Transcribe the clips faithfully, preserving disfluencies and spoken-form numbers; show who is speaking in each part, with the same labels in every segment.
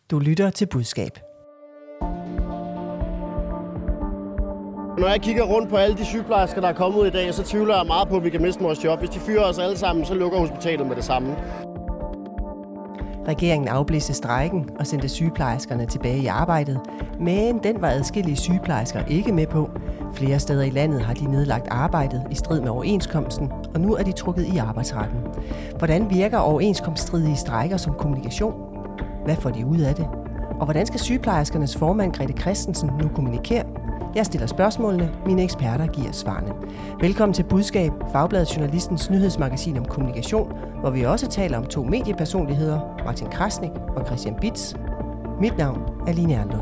Speaker 1: Du lytter til Budskab.
Speaker 2: Når jeg kigger rundt på alle de sygeplejersker, der er kommet ud i dag, så tvivler jeg meget på, at vi kan miste vores job. Hvis de fyrer os alle sammen, så lukker hospitalet med det samme.
Speaker 1: Regeringen afblæste strejken og sendte sygeplejerskerne tilbage i arbejdet, men den var adskillige sygeplejersker ikke med på. Flere steder i landet har de nedlagt arbejdet i strid med overenskomsten, og nu er de trukket i arbejdsretten. Hvordan virker overenskomststridige strejker som kommunikation? Hvad får de ud af det? Og hvordan skal sygeplejerskernes formand Grete Christensen nu kommunikere? Jeg stiller spørgsmålene, mine eksperter giver svarene. Velkommen til Budskab, Fagbladet Journalistens nyhedsmagasin om kommunikation, hvor vi også taler om to mediepersonligheder, Martin Krasnik og Christian Bitz. Mit navn er Line Erlund.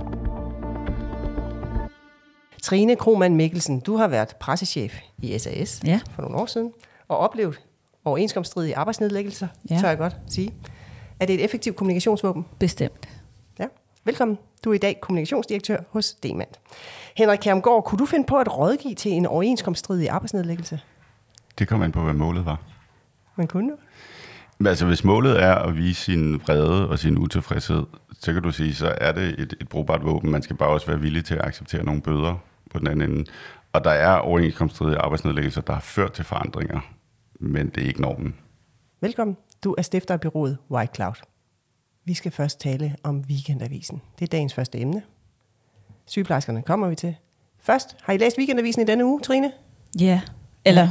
Speaker 1: Trine Kromann Mikkelsen, du har været pressechef i S A S
Speaker 3: ja.
Speaker 1: for nogle år siden, og oplevet overenskomststridige arbejdsnedlæggelser,
Speaker 3: ja.
Speaker 1: tør jeg godt sige. Er det et effektivt kommunikationsvåben?
Speaker 3: Bestemt.
Speaker 1: Ja. Velkommen. Du er i dag kommunikationsdirektør hos Demant. Henrik Kjermgaard, kunne du finde på at rådgive til en overenskomststridig arbejdsnedlæggelse?
Speaker 4: Det kommer an på, hvad målet var.
Speaker 1: Man kunne jo.
Speaker 4: Men altså, hvis målet er at vise sin vrede og sin utilfredshed, så kan du sige, så er det et, et brugbart våben. Man skal bare også være villig til at acceptere nogle bøder på den anden ende. Og der er overenskomststridige arbejdsnedlæggelser, der har ført til forandringer, men det er ikke normen.
Speaker 1: Velkommen. Du er stifter af bureauet White Cloud. Vi skal først tale om Weekendavisen. Det er dagens første emne. Sygeplejerskerne kommer vi til. Først, har I læst Weekendavisen i denne uge, Trine?
Speaker 3: Ja, eller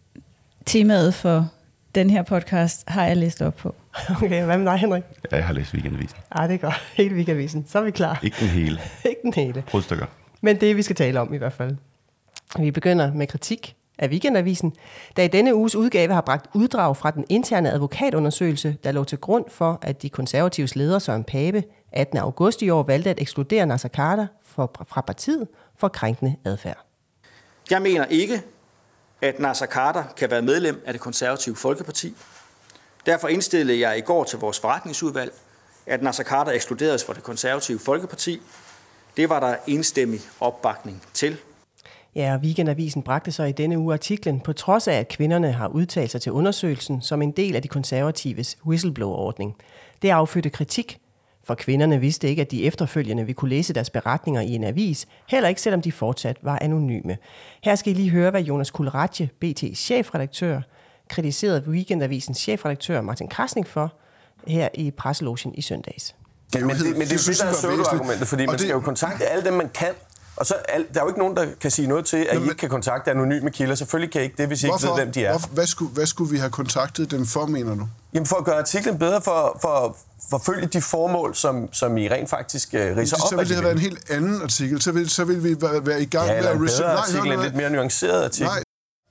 Speaker 3: temaet for den her podcast har jeg læst op på.
Speaker 1: Okay, hvad med dig, Henrik?
Speaker 4: Ja, jeg har læst Weekendavisen.
Speaker 1: Ah, det er godt. Hele Weekendavisen. Så er vi klar.
Speaker 4: Ikke den hele.
Speaker 1: Ikke den hele.
Speaker 4: Brudstykker.
Speaker 1: Men det, vi skal tale om i hvert fald. Vi begynder med kritik af Weekendavisen, der i denne uges udgave har bragt uddrag fra den interne advokatundersøgelse, der lå til grund for, at de konservatives leder Søren Pape attende august i år valgte at ekskludere Naser Khader fra partiet for krænkende adfærd.
Speaker 5: Jeg mener ikke, at Naser Khader kan være medlem af det konservative Folkeparti. Derfor indstillede jeg i går til vores forretningsudvalg, at Naser Khader ekskluderes fra det konservative Folkeparti. Det var der enstemmig opbakning til.
Speaker 1: Ja, og Weekendavisen bragte så i denne uge artiklen, på trods af, at kvinderne har udtalt sig til undersøgelsen som en del af de konservatives whistleblower-ordning. Det affødte kritik, for kvinderne vidste ikke, at de efterfølgende ville kunne læse deres beretninger i en avis, heller ikke selvom de fortsat var anonyme. Her skal I lige høre, hvad Jonas Kulratje, B T's chefredaktør, kritiserede Weekendavisens chefredaktør Martin Krasnik for her i presselogen i søndags.
Speaker 6: Men, men, det, men det er jo det, der er pseudo-argumentet, fordi man skal jo kontakte alle dem, man kan. Og så der er jo ikke nogen, der kan sige noget til, at Jamen, I ikke kan kontakte anonyme kilder. Selvfølgelig kan I ikke det, hvis I hvorfor, ikke ved, hvem de er.
Speaker 7: Hvorfor, hvad, skulle, hvad skulle vi have kontaktet dem for, mener du?
Speaker 6: Jamen for at gøre artiklen bedre, for, for, for at følge de formål, som, som I rent faktisk uh, ridser op.
Speaker 7: Så ville det have været en helt anden artikel. Så ville, så ville vi være, være i gang
Speaker 6: ja,
Speaker 7: med at
Speaker 6: research. Ja, artikel, nej, nej. En lidt mere nuanceret artikel. Nej.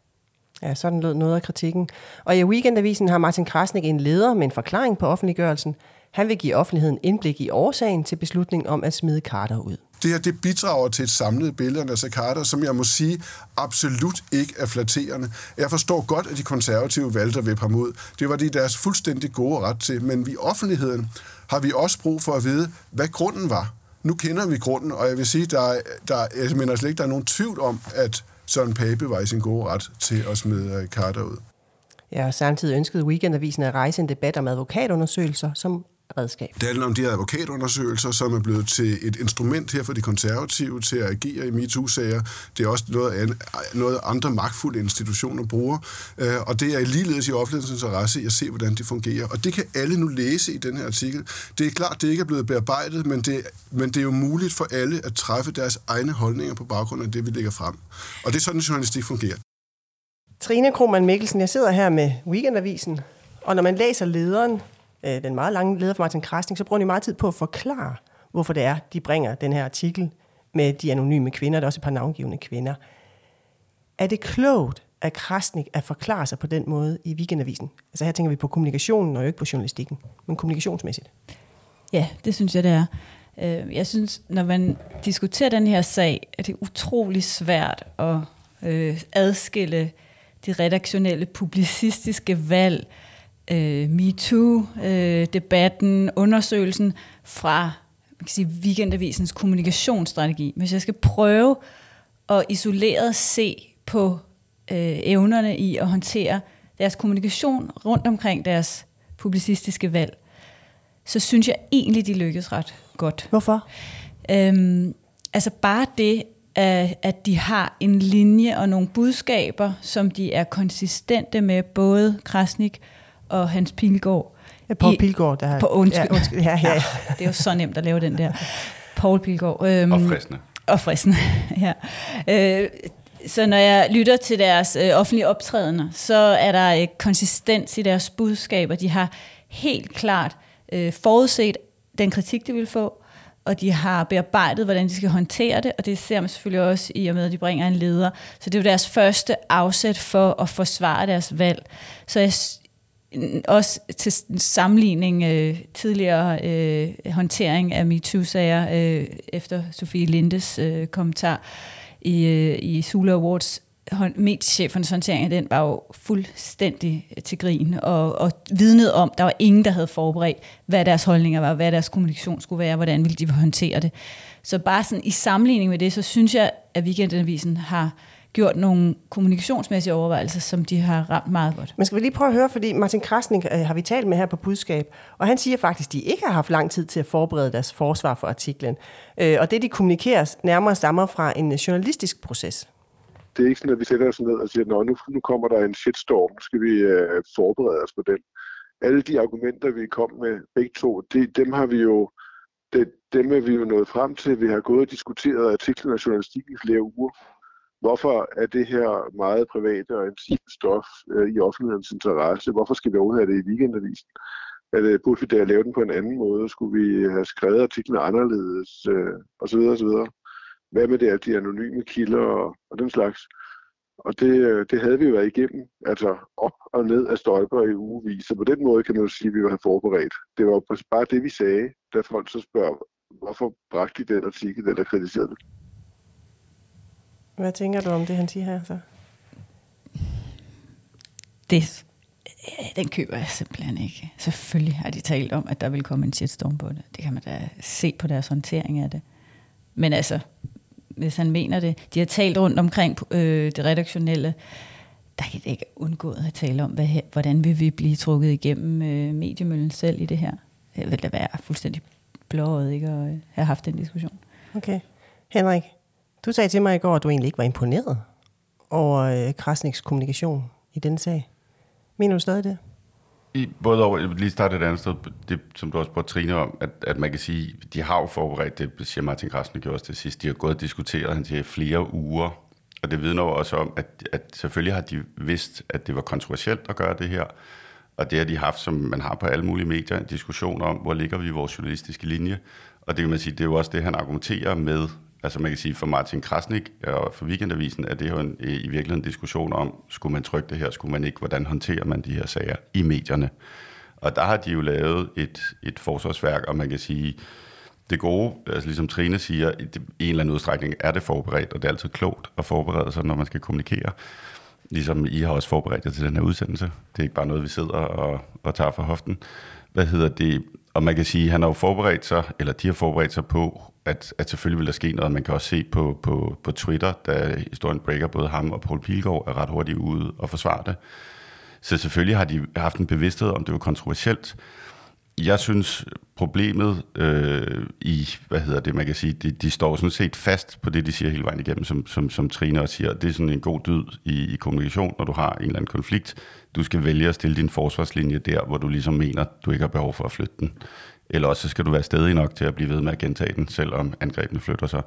Speaker 1: Ja, sådan lød noget af kritikken. Og i Weekendavisen har Martin Krasnik en leder med en forklaring på offentliggørelsen. Han vil give offentligheden indblik i årsagen til beslutningen om at smide Khader ud.
Speaker 7: Det her, det bidrager til et samlet billede af Naser Khader, som jeg må sige absolut ikke er flatterende. Jeg forstår godt, at de konservative valgte at vippe ham ud. Det var de deres fuldstændig gode ret til. Men i offentligheden har vi også brug for at vide, hvad grunden var. Nu kender vi grunden, og jeg vil sige, der er, der, jeg mener slet ikke, der er nogen tvivl om, at Søren Pape var i sin gode ret til at smide Khader ud.
Speaker 1: Ja, og samtidig ønskede Weekendavisen at rejse en debat om advokatundersøgelser som redskab.
Speaker 7: Det handler om de her advokatundersøgelser, som er blevet til et instrument her for de konservative til at agere i MeToo-sager. Det er også noget, noget andre magtfulde institutioner bruger, og det er ligeledes i offentlighedens interesse at se, hvordan de fungerer. Og det kan alle nu læse i den her artikel. Det er klart, det ikke er blevet bearbejdet, men det, men det er jo muligt for alle at træffe deres egne holdninger på baggrund af det, vi lægger frem. Og det er sådan, journalistik fungerer.
Speaker 1: Trine Kromann Mikkelsen, jeg sidder her med Weekendavisen, og når man læser lederen, den meget lange leder for Martin Krasnik, så bruger de meget tid på at forklare, hvorfor det er, de bringer den her artikel med de anonyme kvinder, der er også et par navngivende kvinder. Er det klogt af Krasnik at forklare sig på den måde i Weekendavisen? Altså her tænker vi på kommunikationen og ikke på journalistikken, men kommunikationsmæssigt.
Speaker 3: Ja, det synes jeg, det er. Jeg synes, når man diskuterer den her sag, er det utrolig svært at adskille de redaktionelle, publicistiske valg, Uh, MeToo-debatten, uh, undersøgelsen fra man kan sige, Weekendavisens kommunikationsstrategi. Hvis jeg skal prøve at isoleret se på uh, evnerne i at håndtere deres kommunikation rundt omkring deres publicistiske valg, så synes jeg egentlig, de lykkes ret godt.
Speaker 1: Hvorfor?
Speaker 3: Øhm, altså bare det, at de har en linje og nogle budskaber, som de er konsistente med, både Krasnik og Hans Pilgaard.
Speaker 1: Ja, Poul Pilgaard, der har...
Speaker 3: På, undskyld.
Speaker 1: Ja, undskyld. Ja, ja, ja.
Speaker 3: Det er jo så nemt at lave den der. Poul Pilgaard. Øhm,
Speaker 4: og fristende.
Speaker 3: Og fristende, ja. Øh, så når jeg lytter til deres øh, offentlige optrædener, så er der øh, konsistens i deres budskaber. De har helt klart øh, forudset den kritik, de vil få, og de har bearbejdet, hvordan de skal håndtere det, og det ser man selvfølgelig også i og med, at de bringer en leder. Så det er jo deres første afsæt for at forsvare deres valg. Så jeg også til sammenligning øh, tidligere øh, håndtering af MeToo-sager øh, efter Sofie Lindes øh, kommentar i, øh, i Zulu Awards. Mediechefernes håndtering af den var jo fuldstændig til grin og, og vidnet om, der var ingen, der havde forberedt, hvad deres holdninger var, hvad deres kommunikation skulle være, hvordan ville de håndtere det. Så bare sådan i sammenligning med det, så synes jeg, at Weekendavisen har gjort nogle kommunikationsmæssige overvejelser, som de har ramt meget godt.
Speaker 1: Men skal vi lige prøve at høre, fordi Martin Krasnik øh, har vi talt med her på Budskab, og han siger faktisk, at de ikke har haft lang tid til at forberede deres forsvar for artiklen. Øh, og det, de kommunikerer, nærmere stammer fra en journalistisk proces.
Speaker 8: Det er ikke sådan, at vi sætter os ned og siger, nå, nu, nu kommer der en shitstorm, skal vi øh, forberede os på den. Alle de argumenter, vi kom med begge to, de, dem har vi jo det, dem er vi jo nået frem til. Vi har gået og diskuteret artiklen og journalistik i flere uger. Hvorfor er det her meget private og intimt stof øh, i offentlighedens interesse? Hvorfor skal vi overhovedet have det i Weekendavisen? Er det, burde vi da lave den på en anden måde? Skulle vi have skrevet artiklen anderledes? Øh, og så videre, og så videre. Hvad med det, at de anonyme kilder og, og den slags? Og det, det havde vi jo været igennem, altså op og ned af stolper i ugevis. Så på den måde kan man jo sige, at vi var forberedt. Det var bare det, vi sagde, da folk så spørger, hvorfor bragte de den artikel, eller kritiserede det?
Speaker 1: Hvad tænker du om det, han siger her så?
Speaker 3: Det, den køber jeg simpelthen ikke. Selvfølgelig har de talt om, at der vil komme en shitstorm på det. Det kan man da se på deres håndtering af det. Men altså, hvis han mener det, de har talt rundt omkring øh, det redaktionelle, der kan det ikke undgået at tale om, hvad, hvordan vil vi blive trukket igennem øh, mediemøllen selv i det her. Det vil da være fuldstændig blåret ikke at øh, have haft den diskussion.
Speaker 1: Okay. Henrik, du sagde til mig i går, at du egentlig ikke var imponeret over øh, Krasniks kommunikation i denne sag. Mener du stadig det?
Speaker 4: I, både over, jeg vil lige starte et andet sted, det, som du også spurgte Trine om, at, at man kan sige, de har jo forberedt, det siger Martin Krasnik også til sidst, de har gået og diskuteret, han siger, flere uger, og det vidner jo også om, at, at selvfølgelig har de vidst, at det var kontroversielt at gøre det her, og det har de haft, som man har på alle mulige medier, en diskussion om, hvor ligger vi i vores journalistiske linje, og det kan man sige, det er jo også det, han argumenterer med. Altså man kan sige, for Martin Krasnik og for Weekendavisen, er det jo en, i virkeligheden en diskussion om, skulle man trykke det her, skulle man ikke, hvordan håndterer man de her sager i medierne. Og der har de jo lavet et, et forsvarsværk, og man kan sige, det gode, altså ligesom Trine siger, i en eller anden udstrækning er det forberedt, og det er altid klogt at forberede sig, når man skal kommunikere. Ligesom I har også forberedt jer til den her udsendelse. Det er ikke bare noget, vi sidder og, og tager fra hoften. Hvad hedder det? Og man kan sige, han har jo forberedt sig, eller de har forberedt sig på, at, at selvfølgelig vil der ske noget. Man kan også se på, på, på Twitter, da historien breaker, både ham og Poul Pilgaard er ret hurtigt ude og forsvare det. Så selvfølgelig har de haft en bevidsthed om, det var kontroversielt. Jeg synes, problemet øh, i, hvad hedder det, man kan sige, de, de står sådan set fast på det, de siger hele vejen igennem, som, som, som Trine også siger. Det er sådan en god dyd i, i kommunikation, når du har en eller anden konflikt. Du skal vælge at stille din forsvarslinje der, hvor du ligesom mener, du ikke har behov for at flytte den. Eller også skal du være stedig nok til at blive ved med at gentage den, selvom angrebene flytter sig.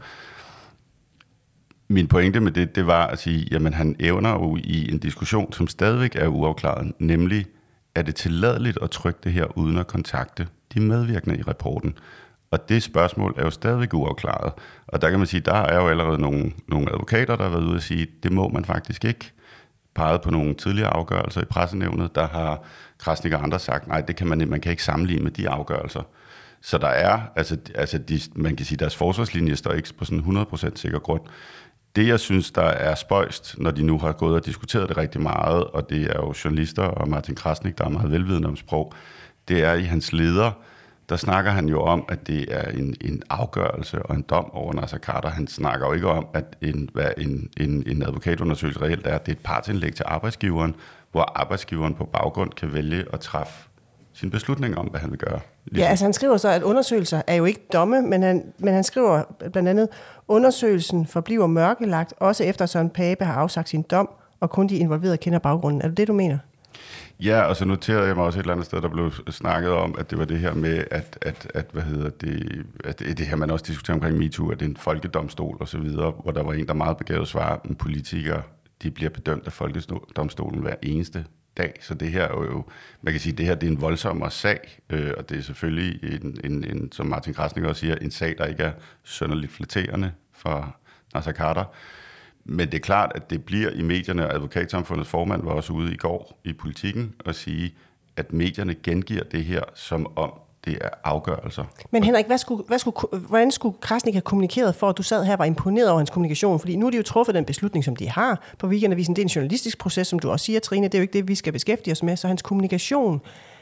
Speaker 4: Min pointe med det, det var at sige, jamen han evner jo i en diskussion, som stadigvæk er uafklaret, nemlig, er det tilladeligt at trykke det her uden at kontakte de medvirkende i rapporten? Og det spørgsmål er jo stadigvæk uafklaret. Og der kan man sige, der er jo allerede nogle, nogle advokater, der har været ude og sige, det må man faktisk ikke. Peget på nogle tidligere afgørelser i pressenævnet, der har Krasnik og andre sagt, nej, det kan man, man kan ikke sammenligne med de afgørelser. Så der er, altså, altså de, man kan sige, deres forsvarslinje står ikke på sådan hundrede procent sikker grund. Det, jeg synes, der er spøjst, når de nu har gået og diskuteret det rigtig meget, og det er jo journalister og Martin Krasnik, der er meget velvidende om sprog, det er i hans leder, der snakker han jo om, at det er en, en afgørelse og en dom over Naser Khader. Han snakker jo ikke om, at en, hvad en, en, en advokatundersøgelse reelt er. Det er et partsindlæg til arbejdsgiveren, hvor arbejdsgiveren på baggrund kan vælge at træffe sin beslutning om, hvad han vil gøre.
Speaker 1: Ligesom. Ja, altså han skriver så, at undersøgelser er jo ikke domme, men han, men han skriver blandt andet, undersøgelsen forbliver mørkelagt, også efter Søren Pape har afsagt sin dom, og kun de involverede kender baggrunden. Er det det, du mener?
Speaker 4: Ja, og så noterede jeg mig også et eller andet sted, der blev snakket om, at det var det her med, at, at, at hvad hedder det, at det her, man også diskuterer omkring MeToo, at det er en folkedomstol og så videre, hvor der var en, der meget begavet svarer, at politikere, de bliver bedømt af folkedomstolen hver eneste dag. Så det her er jo, man kan sige, det her det er en voldsommere sag, øh, og det er selvfølgelig, en, en, en, som Martin Krasnik også siger, en sag, der ikke er synderligt flatterende for Naser Khader. Men det er klart, at det bliver i medierne, og advokatsamfundets formand var også ude i går i Politikken og sige, at medierne gengiver det her, som om det er afgørelser.
Speaker 1: Men Henrik, hvad skulle, hvad skulle, hvordan skulle Krasnik have kommunikeret for, at du sad her og var imponeret over hans kommunikation? Fordi nu er de jo truffet den beslutning, som de har på Weekendavisen. Det er en journalistisk proces, som du også siger, Trine. Det er jo ikke det, vi skal beskæftige os med. Så hans kommunikation,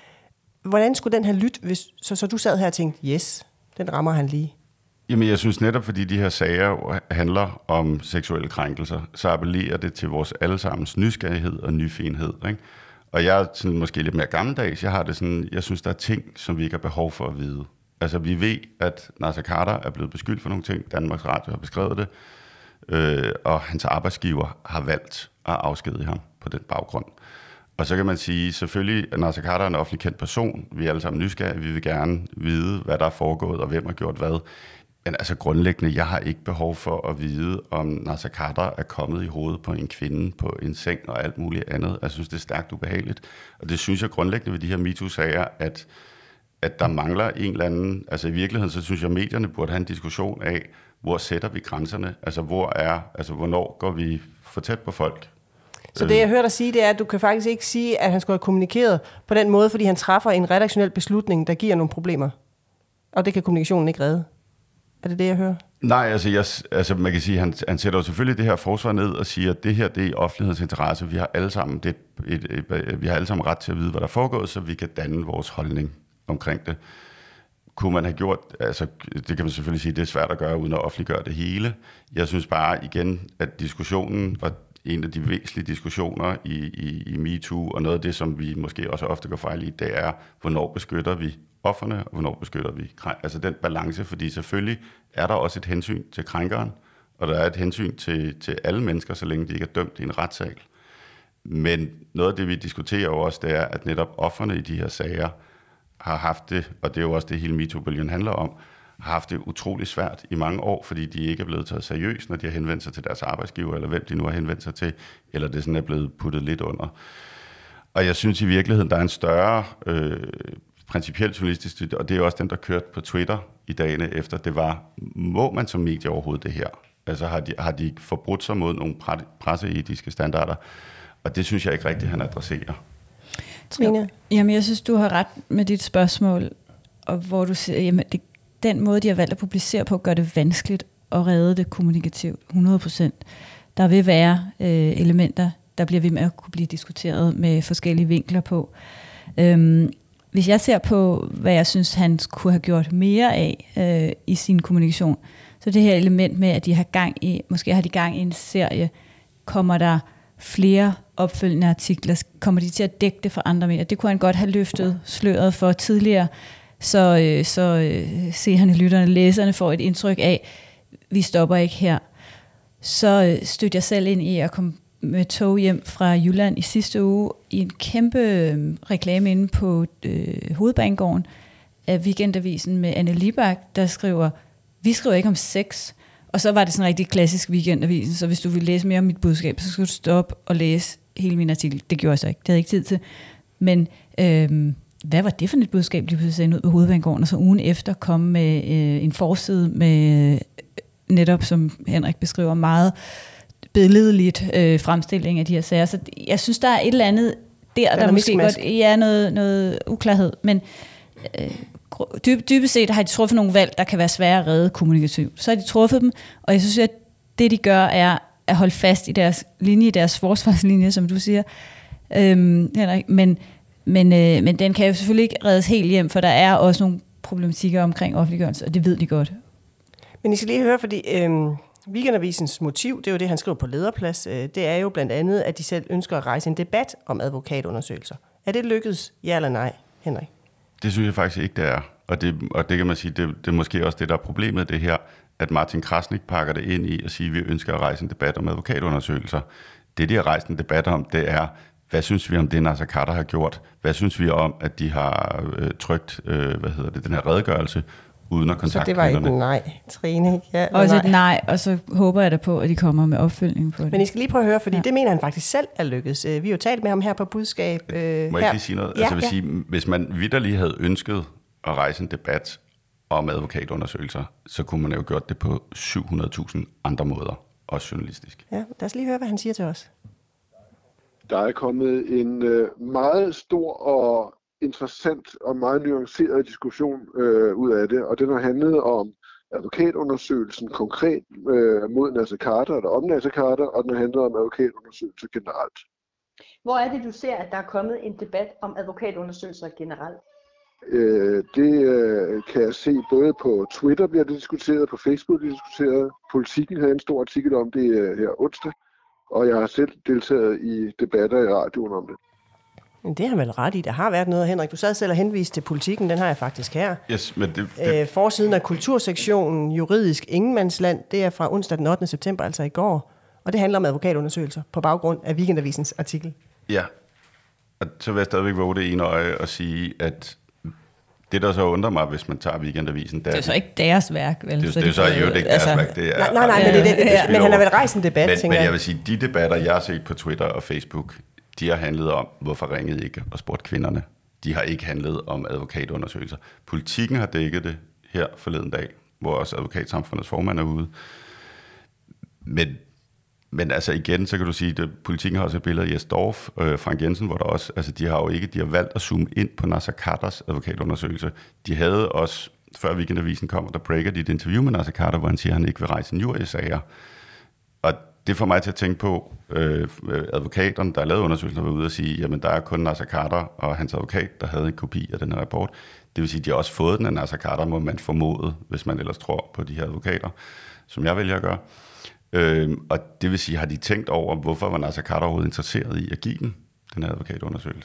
Speaker 1: hvordan skulle den have lyttet, hvis, så, så du sad her og tænkte, yes, den rammer han lige?
Speaker 4: Jamen, jeg synes netop, fordi de her sager handler om seksuelle krænkelser, så appellerer det til vores allesammens nysgerrighed og nyfigenhed, ikke? Og jeg er sådan måske lidt mere gammeldags. Jeg har det sådan, jeg synes, der er ting, som vi ikke har behov for at vide. Altså, vi ved, at Naser Khader er blevet beskyldt for nogle ting. Danmarks Radio har beskrevet det. Øh, og hans arbejdsgiver har valgt at afskedige ham på den baggrund. Og så kan man sige, selvfølgelig, at Naser Khader er en offentlig kendt person. Vi er alle sammen nysgerrige. Vi vil gerne vide, hvad der er foregået, og hvem har gjort hvad. Men altså grundlæggende, jeg har ikke behov for at vide, om Naser Khader er kommet i hovedet på en kvinde, på en seng og alt muligt andet. Jeg synes, det er stærkt ubehageligt. Og det synes jeg grundlæggende ved de her MeToo-sager, at, at der mangler en eller anden... Altså i virkeligheden, så synes jeg, at medierne burde have en diskussion af, hvor sætter vi grænserne? Altså, hvor er, altså hvornår går vi for tæt på folk?
Speaker 1: Så det, jeg hører dig sige, det er, at du kan faktisk ikke sige, at han skulle have kommunikeret på den måde, fordi han træffer en redaktionel beslutning, der giver nogle problemer. Og det kan kommunikationen ikke redde. Er det det, jeg hører?
Speaker 4: Nej, altså, jeg, altså man kan sige, han, han sætter jo selvfølgelig det her forsvar ned og siger, at det her, det er i offentlighedens interesse. Vi har alle sammen, det, et, et, et, vi har alle sammen ret til at vide, hvad der foregår, så vi kan danne vores holdning omkring det. Kunne man have gjort, altså det kan man selvfølgelig sige, det er svært at gøre, uden at offentliggøre det hele. Jeg synes bare igen, at diskussionen, og en af de væsentlige diskussioner i, i, i MeToo, og noget af det, som vi måske også ofte går fejl i, det er, hvornår beskytter vi offerne, og hvornår beskytter vi krænk- altså den balance, fordi selvfølgelig er der også et hensyn til krænkeren, og der er et hensyn til, til alle mennesker, så længe de ikke er dømt i en retssal. Men noget af det, vi diskuterer jo også, det er, at netop offerne i de her sager har haft det, og det er jo også det, hele MeToo-bølgen handler om, har haft det utrolig svært i mange år, fordi de ikke er blevet taget seriøst, når de har henvendt sig til deres arbejdsgiver, eller hvem de nu har henvendt sig til, eller det sådan er blevet puttet lidt under. Og jeg synes i virkeligheden, der er en større øh, principiel journalistisk, og det er også den, der kørte på Twitter i dagene efter, det var, må man som medie overhovedet det her? Altså har de, har de forbrudt sig mod nogle presseetiske standarder? Og det synes jeg ikke rigtigt, han adresserer.
Speaker 3: Trine? Jamen, jeg synes, du har ret med dit spørgsmål, og hvor du siger, jamen, det, den måde, de har valgt at publicere på, gør det vanskeligt at redde det kommunikativt, hundrede procent. Der vil være øh, elementer, der bliver ved med at kunne blive diskuteret med forskellige vinkler på. Øhm, hvis jeg ser på, hvad jeg synes, han kunne have gjort mere af øh, i sin kommunikation, så det her element med, at de har gang i, måske har de gang i en serie, kommer der flere opfølgende artikler, kommer de til at dække det for andre medier. Det kunne han godt have løftet sløret for tidligere, så, øh, så øh, seerne, lytterne, læserne får et indtryk af, vi stopper ikke her. Så øh, stødte jeg selv ind i at komme med tog hjem fra Jylland i sidste uge i en kæmpe øh, reklame inde på øh, Hovedbanegården af Weekendavisen med Anne Libak, der skriver, vi skriver ikke om sex. Og så var det sådan en rigtig klassisk Weekendavisen, så hvis du vil læse mere om mit budskab, så skal du stoppe og læse hele min artikel. Det gjorde jeg så ikke, det havde jeg ikke tid til. Men øh, hvad var det for et budskab, de blev sendt ud på Hovedbanegården, og så ugen efter kom med øh, en forside med øh, netop, som Henrik beskriver, meget billedligt øh, fremstilling af de her sager. Så jeg synes, der er et eller andet der, der, der måske godt er noget, noget uklarhed. Men øh, dyb, dybest set har de truffet nogle valg, der kan være svære at redde kommunikativt. Så har de truffet dem, og jeg synes, at det, de gør, er at holde fast i deres linje, deres forsvarslinje, som du siger, øhm, Henrik. Men, men, øh, men den kan jo selvfølgelig ikke reddes helt hjem, for der er også nogle problematikker omkring offentliggørelse, og det ved de godt.
Speaker 1: Men I skal lige høre, fordi øhm, Weekendavisens motiv, det er jo det, han skriver på lederplads, øh, det er jo blandt andet, at de selv ønsker at rejse en debat om advokatundersøgelser. Er det lykkedes, ja eller nej, Henrik?
Speaker 4: Det synes jeg faktisk ikke, det er. Og det, og det kan man sige, det, det er måske også det, der er problemet, det her, at Martin Krasnik pakker det ind i at sige, at vi ønsker at rejse en debat om advokatundersøgelser. Det, de har rejst en debat om, det er, hvad synes vi om det, Naser Khader har gjort? Hvad synes vi om, at de har øh, trykt øh, hvad hedder det, den her redegørelse, uden at kontakte
Speaker 1: Så det var ikke et nej, Trine? Ja,
Speaker 3: også
Speaker 1: nej.
Speaker 3: et nej, og så håber jeg da på, at de kommer med opfølgning på det.
Speaker 1: Men I skal lige prøve at høre, fordi ja. det mener han faktisk selv er lykkedes. Vi har jo talt med ham her på budskab.
Speaker 4: Må jeg
Speaker 1: her.
Speaker 4: ikke lige sige noget?
Speaker 1: Ja,
Speaker 4: altså, jeg vil
Speaker 1: ja.
Speaker 4: sige, hvis man vitterlig havde ønsket at rejse en debat om advokatundersøgelser, så kunne man jo have gjort det på syv hundrede tusind andre måder, også journalistisk.
Speaker 1: Ja, lad os lige høre, hvad han siger til os.
Speaker 8: Der er kommet en øh, meget stor og interessant og meget nuanceret diskussion øh, ud af det, og den har handlet om advokatundersøgelsen konkret øh, mod Naser Khader, eller om Naser Khader, og den har handlet om advokatundersøgelser generelt.
Speaker 9: Hvor er det, du ser, at der er kommet en debat om advokatundersøgelser generelt?
Speaker 8: Øh, det øh, kan jeg se både på Twitter bliver det diskuteret, på Facebook bliver det diskuteret. Politikken havde en stor artikel om det øh, her onsdag, og jeg har selv deltaget i debatter i radioen om det.
Speaker 1: Men det har vel ret i. Der har været noget, Henrik. Du sad selv og henviste til Politikken. Den har jeg faktisk her.
Speaker 4: Yes, men det, det...
Speaker 1: Øh, forsiden af kultursektionen Juridisk Ingenmandsland, det er fra onsdag den ottende september, altså i går. Og det handler om advokatundersøgelser på baggrund af Weekendavisens artikel.
Speaker 4: Ja, og så vil jeg stadigvæk våge det ene øje og sige, at det, der så undrer mig, hvis man tager Weekendavisen...
Speaker 3: Det er jo så ikke deres værk, vel?
Speaker 4: Det, det, det er jo så jo ikke deres
Speaker 3: altså,
Speaker 4: værk. Det er,
Speaker 1: nej, nej, nej, men, det, det, det, men han har vel rejst en debat,
Speaker 4: men,
Speaker 1: tænker jeg.
Speaker 4: Men jeg vil sige, de debatter, jeg har set på Twitter og Facebook, de har handlet om, hvorfor ringede ikke og spurgte kvinderne. De har ikke handlet om advokatundersøgelser. Politikken har dækket det her forleden dag, hvor også advokatsamfundets formand er ude. Men, men altså igen, så kan du sige, at Politikken har også et billede af Jes Dorf, øh, Frank Jensen, hvor der også, altså de har jo ikke, de har valgt at zoome ind på Naser Khaders advokatundersøgelse. De havde også, før Weekendavisen kom, der breaker de et interview med Naser Khader, hvor han siger, at han ikke vil rejse en jurysager. Og det får mig til at tænke på, øh, advokaterne, der har lavet undersøgelsen, har været ude og sige, jamen der er kun Naser Khader og hans advokat, der havde en kopi af den her rapport. Det vil sige, at de har også fået den af Naser Khader, må man formode, hvis man ellers tror på de her advokater, som jeg vælger at gøre. Øh, og det vil sige, har de tænkt over, hvorfor var Naser Khader overhovedet interesseret i at give den, den her advokatundersøgelse?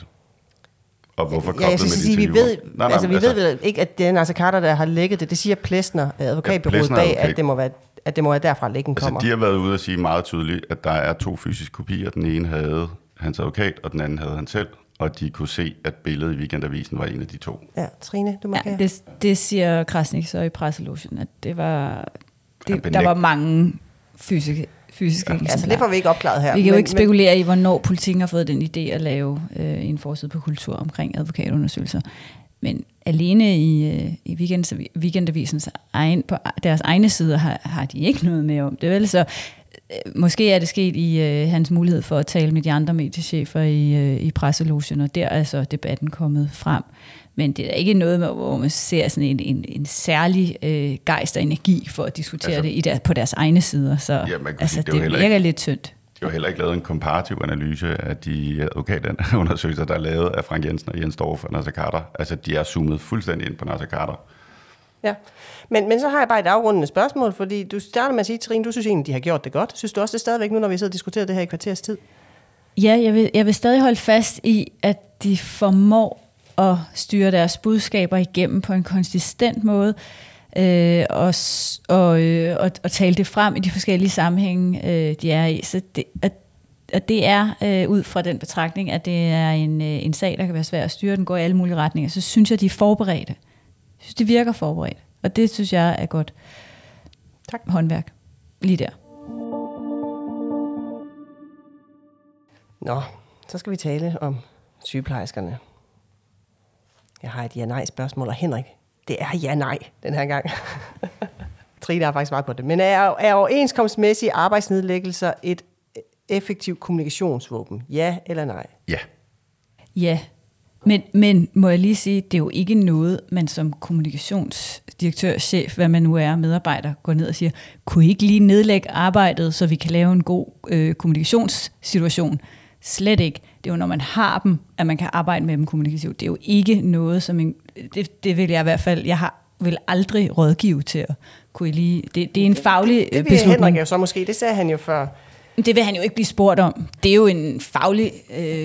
Speaker 4: Og hvorfor
Speaker 1: ja, jeg skal
Speaker 4: med
Speaker 1: sige, vi ved,
Speaker 4: nej, nej,
Speaker 1: altså, vi
Speaker 4: altså,
Speaker 1: ved vel ikke, at det er Naser Khader, der har lægget det. Det siger Plesner, advokatbureauet
Speaker 4: ja,
Speaker 1: bag,
Speaker 4: advokat.
Speaker 1: at det må være at det må være derfra, læggen kommer.
Speaker 4: Altså, de har været ude og sige meget tydeligt, at der er to fysiske kopier. Den ene havde hans advokat, og den anden havde han selv. Og de kunne se, at billedet i Weekendavisen var en af de to.
Speaker 1: Ja, Trine, du må
Speaker 3: ja, det, det siger Krasnik så i presselogen, at det var, det, der var mange fysiske fysiske
Speaker 1: ja, altså det får vi ikke opklaret her.
Speaker 3: Vi kan men, jo ikke spekulere men... i, hvornår Politikken har fået den idé at lave øh, en forside på kultur omkring advokatundersøgelser. Men alene i, øh, i weekend, Weekendavisens egen, på deres egne sider har, har de ikke noget med om det. Vel? Så øh, måske er det sket i øh, hans mulighed for at tale med de andre mediechefer i, øh, i presselogen, og der er så debatten kommet frem. Men det er ikke noget, hvor man ser sådan en, en, en særlig øh, gejst og energi for at diskutere altså, det i der, på deres egne sider. Så
Speaker 4: ja,
Speaker 3: altså,
Speaker 4: sige, det,
Speaker 3: det virker ikke, lidt tyndt.
Speaker 4: De har heller ikke lavet en komparativ analyse af de advokatundersøgelser, der er lavet af Frank Jensen og Jens Dorf og Naser Khader. Altså, de er zoomet fuldstændig ind på Naser Khader.
Speaker 1: Ja, men, men så har jeg bare et afrundende spørgsmål, fordi du starter med at sige, Trine, du synes egentlig, de har gjort det godt. Synes du også det stadigvæk nu, når vi sidder og diskuterer det her i kvarters tid?
Speaker 3: Ja, jeg vil, jeg vil stadig holde fast i, at de formår at styre deres budskaber igennem på en konsistent måde, øh, og, og, øh, og, og tale det frem i de forskellige sammenhænge, øh, de er i. Så det, at, at det er øh, ud fra den betragtning, at det er en, øh, en sag, der kan være svær at styre, den går i alle mulige retninger, så synes jeg, de er forberedte. Jeg synes, de virker forberedt, og det synes jeg er godt tak. Håndværk. Lige der.
Speaker 1: Nå, så skal vi tale om sygeplejerskerne. Jeg har et ja-nej-spørgsmål, og Henrik, det er ja-nej den her gang. Trine har faktisk svaret på det. Men er, er overenskomstmæssige arbejdsnedlæggelser et effektivt kommunikationsvåben? Ja eller nej?
Speaker 4: Ja.
Speaker 3: Ja, men, men må jeg lige sige, det er jo ikke noget, man som kommunikationsdirektør, chef, hvad man nu er, medarbejder, går ned og siger, kunne I ikke lige nedlægge arbejdet, så vi kan lave en god øh, kommunikationssituation? Slet ikke. Det er jo, når man har dem, at man kan arbejde med dem kommunikativt. Det er jo ikke noget, som en, det, det vil jeg i hvert fald, jeg har, vil aldrig rådgive til at kunne I lige, det, det er en faglig
Speaker 1: det, det, det
Speaker 3: beslutning.
Speaker 1: Det Henrik jo så måske, det sagde han jo før.
Speaker 3: Det vil han jo ikke blive spurgt om. Det er jo en faglig øh,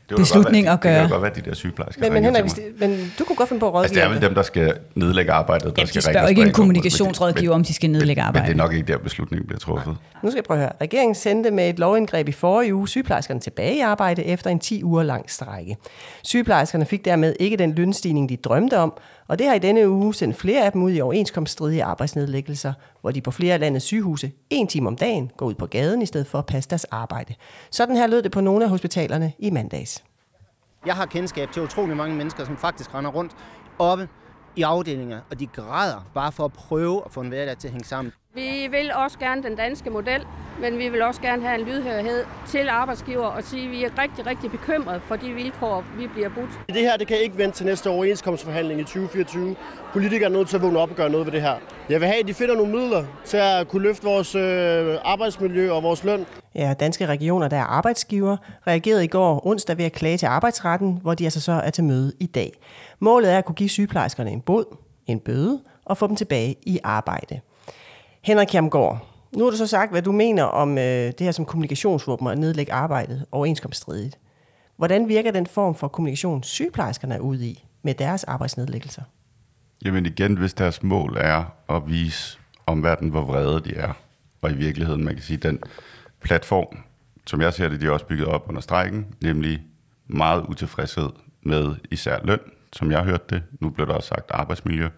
Speaker 3: beslutning at gøre.
Speaker 4: Det kan godt være, de der sygeplejersker.
Speaker 1: Men, men, Henrik, men du kunne godt finde på at rådgive.
Speaker 4: Altså, det er vel dem, der skal nedlægge arbejdet, der
Speaker 3: Jamen,
Speaker 4: skal
Speaker 3: de spørger ikke en kommunikationsrådgiver, om de skal nedlægge arbejdet.
Speaker 4: Men det er nok ikke der, beslutningen bliver truffet.
Speaker 1: Nu skal jeg prøve at høre. Regeringen sendte med et lovindgreb i forrige uge sygeplejerskerne tilbage i arbejde efter en ti uger lang strejke. Sygeplejerskerne fik dermed ikke den lønstigning, de drømte om, og det har i denne uge sendt flere af dem ud i overenskomststridige arbejdsnedlæggelser, hvor de på flere af landets sygehuse en time om dagen går ud på gaden i stedet for at passe deres arbejde. Sådan her lød det på nogle af hospitalerne i mandags.
Speaker 10: Jeg har kendskab til utrolig mange mennesker, som faktisk render rundt oppe i afdelinger, og de græder bare for at prøve at få en hverdag til at hænge sammen.
Speaker 11: Vi vil også gerne den danske model, men vi vil også gerne have en lydhørhed til arbejdsgiver og sige, at vi er rigtig, rigtig bekymrede for de vilkår, vi bliver budt.
Speaker 2: Det her det kan ikke vente til næste overenskomstforhandling i tyve fireogtyve. Politikere er nødt til at vågne op og gøre noget ved det her. Jeg vil have, at de finder nogle midler til at kunne løfte vores øh, arbejdsmiljø og vores løn.
Speaker 1: Ja, Danske Regioner, der er arbejdsgiver, reagerede i går onsdag ved at klage til arbejdsretten, hvor de altså så er til møde i dag. Målet er at kunne give sygeplejerskerne en bod, en bøde og få dem tilbage i arbejde. Henrik Kjermgaard, nu har du så sagt, hvad du mener om øh, det her som kommunikationsvåben og at nedlægge arbejdet overenskomststridigt. Hvordan virker den form for kommunikation, sygeplejerskerne er ude i med deres arbejdsnedlæggelser?
Speaker 4: Jamen igen, hvis deres mål er at vise omverdenen, hvor vrede de er, og i virkeligheden, man kan sige, den platform, som jeg ser det, de er også bygget op under strejken, nemlig meget utilfredshed med især løn, som jeg hørte det. Nu blev der også sagt arbejdsmiljø.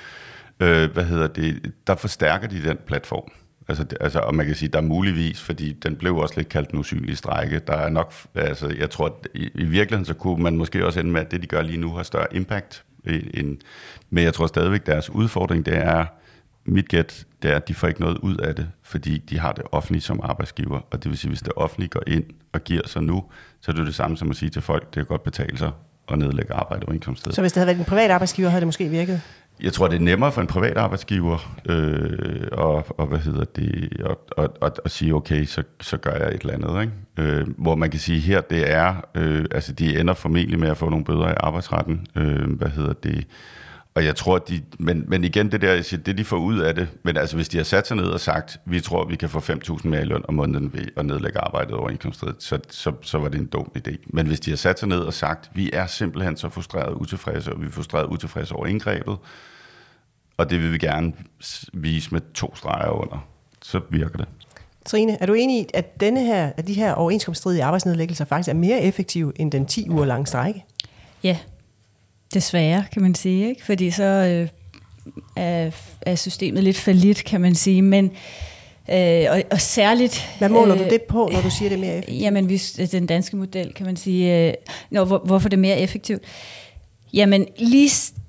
Speaker 4: Øh, hvad hedder det? Der forstærker de den platform. Altså, det, altså, og man kan sige, der er muligvis, fordi den blev også lidt kaldt en usynlig strejke. Der er nok, altså, jeg tror, at i, i virkeligheden, så kunne man måske også ende med, at det, de gør lige nu, har større impact. End, men jeg tror stadigvæk, deres udfordring, det er, mit gæt, det er, at de får ikke noget ud af det, fordi de har det offentlige som arbejdsgiver. Og det vil sige, hvis det offentlige går ind og giver sig nu, så er det det samme som at sige til folk, det kan godt betale sig at nedlægge arbejde og indkomststedet.
Speaker 1: Så hvis det havde været en privat arbejdsgiver, havde det måske virket?
Speaker 4: Jeg tror, det er nemmere for en privat arbejdsgiver øh, og, og, hvad hedder det, og, og, og, og sige, okay, så, så gør jeg et eller andet. Ikke? Øh, hvor man kan sige, her det er, øh, altså de ender formentlig med at få nogle bøder i arbejdsretten. Øh, hvad hedder det? Og jeg tror, de, men, men igen, det der, det de får ud af det, men altså hvis de har sat sig ned og sagt, vi tror, vi kan få fem tusind mere i løn om måneden ved at nedlægge arbejdet over indkomststedet, så, så, så var det en dum idé. Men hvis de har sat sig ned og sagt, vi er simpelthen så frustreret og utilfredse, og vi er frustreret og utilfredse over indgrebet, og det vil vi gerne vise med to streger under, så virker det.
Speaker 1: Trine, er du enig i, at, denne her, at de her overenskomststridige arbejdsnedlæggelser faktisk er mere effektive end den ti uger lange strejke?
Speaker 3: Ja, desværre kan man sige, ikke? Fordi så øh, er, er systemet lidt fallit, kan man sige, men øh, og, og særligt...
Speaker 1: Hvad måler øh, du det på, når du siger, det er mere effektivt?
Speaker 3: Jamen, hvis den danske model, kan man sige, øh, når, hvor, hvorfor det er mere effektivt? Jamen, lige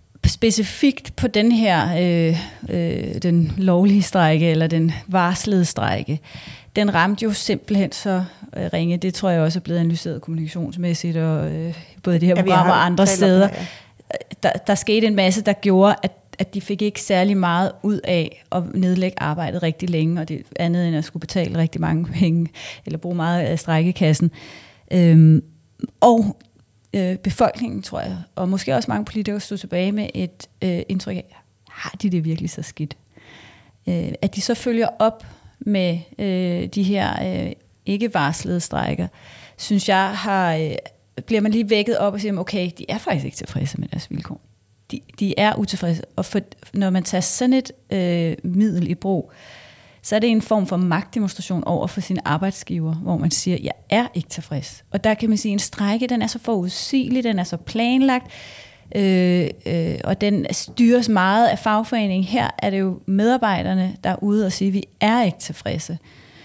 Speaker 3: specifikt på den her, øh, øh, den lovlige strejke, eller den varslede strejke, den ramte jo simpelthen så øh, ringe. Det tror jeg også er blevet analyseret kommunikationsmæssigt, og øh, både det her program ja, og andre steder. Det, ja. der, der skete en masse, der gjorde, at, at de fik ikke særlig meget ud af at nedlægge arbejdet rigtig længe, og det andet end at skulle betale rigtig mange penge, eller bruge meget af strejkekassen. Øhm, og øh, befolkningen, tror jeg, og måske også mange politikere, stod tilbage med et øh, indtryk af, har de det virkelig så skidt? Øh, at de så følger op med øh, de her øh, ikke varslede strejker, synes jeg, har, øh, bliver man lige vækket op og siger, okay, de er faktisk ikke tilfredse med deres vilkår. De, de er utilfredse, og for, når man tager sådan et øh, middel i brug, så er det en form for magtdemonstration over for sin arbejdsgiver, hvor man siger, jeg er ikke tilfreds. Og der kan man sige, at en strejke, den er så forudsigelig, den er så planlagt, Øh, øh, og den styres meget af fagforeningen. Her er det jo medarbejderne, der er ude og sige, at vi er ikke tilfredse.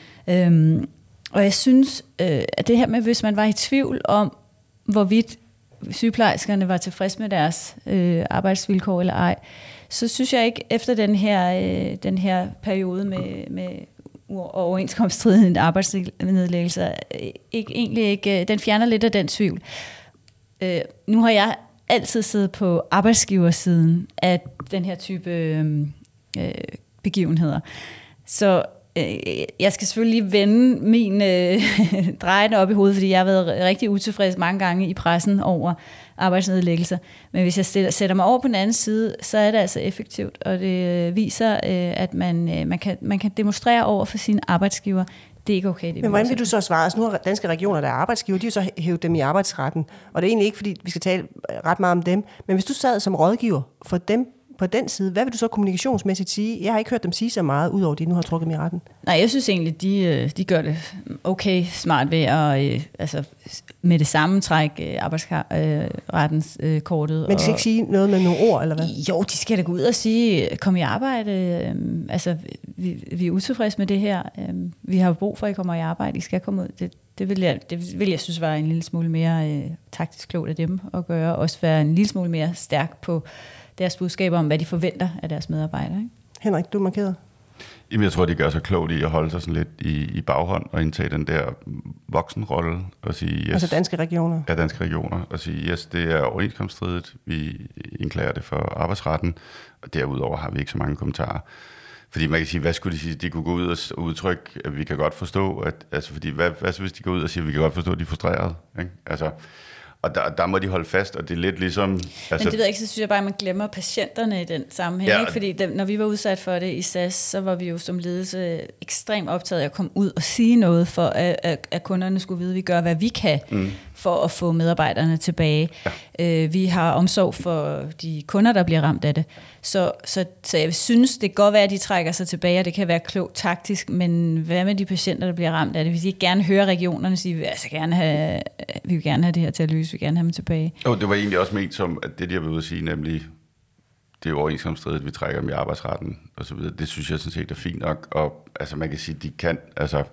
Speaker 3: Øhm, og jeg synes, øh, at det her med, hvis man var i tvivl om, hvorvidt sygeplejerskerne var tilfredse med deres øh, arbejdsvilkår eller ej, så synes jeg ikke, efter den her, øh, den her periode med, med overenskomststridige arbejdsnedlæggelser, ikke, egentlig ikke, den fjerner lidt af den tvivl. Øh, nu har jeg altid siddet på arbejdsgiversiden af den her type øh, begivenheder. Så øh, jeg skal selvfølgelig lige vende min øh, drejende op i hovedet, fordi jeg har været rigtig utilfreds mange gange i pressen over arbejdsnedlæggelser. Men hvis jeg stiller, sætter mig over på den anden side, så er det altså effektivt, og det viser, øh, at man, øh, man, kan, man kan demonstrere over for sine arbejdsgiver, Det er ikke okay. Det
Speaker 1: Men hvordan vil du så svare? Altså, nu har danske regioner, der er arbejdsgiver, de har så hævet dem i arbejdsretten. Og det er egentlig ikke, fordi vi skal tale ret meget om dem. Men hvis du sad som rådgiver for dem på den side, hvad vil du så kommunikationsmæssigt sige? Jeg har ikke hørt dem sige så meget, udover de nu har trukket dem i retten.
Speaker 3: Nej, jeg synes egentlig, de, de gør det okay smart ved at øh, altså, med det samme træk øh, arbejdsrettens øh, kortet.
Speaker 1: Men de skal
Speaker 3: og,
Speaker 1: ikke sige noget med nogle ord, eller hvad?
Speaker 3: Jo, de skal da gå ud og sige, kom i arbejde. Øh, altså, vi, vi er utilfredse med det her. Øh, vi har brug for, at I kommer i arbejde. I skal komme ud. Det, det, vil jeg, det vil jeg synes var en lille smule mere øh, taktisk klogt af dem at gøre. Også være en lille smule mere stærk på deres budskaber om, hvad de forventer af deres medarbejdere. Ikke?
Speaker 1: Henrik, du er markeret.
Speaker 4: Jamen, jeg tror, de gør sig klogt i at holde sig sådan lidt i, i baghånd og indtage den der voksenrolle og sige... Yes,
Speaker 1: altså danske regioner?
Speaker 4: Ja, danske regioner. Og sige, yes, det er overenskomststridigt. Vi indklager det for arbejdsretten, og derudover har vi ikke så mange kommentarer. Fordi man kan sige, hvad skulle de sige? De kunne gå ud og udtrykke, at vi kan godt forstå, at... Altså, fordi hvad, hvad så hvis de går ud og siger, at vi kan godt forstå, at de er frustrerede? Ikke? Altså... Og der, der må de holde fast, og det er lidt ligesom... Altså,
Speaker 3: men det ved jeg ikke, så synes jeg bare, at man glemmer patienterne i den sammenhæng. Ja. Ikke? Fordi dem, når vi var udsat for det i S A S, så var vi jo som ledelse ekstremt optaget af at komme ud og sige noget, for at, at, at kunderne skulle vide, at vi gør, hvad vi kan, mm. for at få medarbejderne tilbage. Ja. Øh, vi har omsorg for de kunder, der bliver ramt af det. Så, så, så jeg synes, det kan godt være, at de trækker sig tilbage, og det kan være klogt taktisk, men hvad med de patienter, der bliver ramt af det? Hvis de ikke gerne hører regionerne sige, vi vil, altså gerne have, vi vil gerne have det her til at løse, vi vil gerne have dem tilbage.
Speaker 4: Jo, det var egentlig også ment som, at det, de har været ude at sige, nemlig, det er jo overenskomststridigt, vi trækker dem i arbejdsretten, og så videre. Det synes jeg sådan set er fint nok, og altså man kan sige, de kan, altså,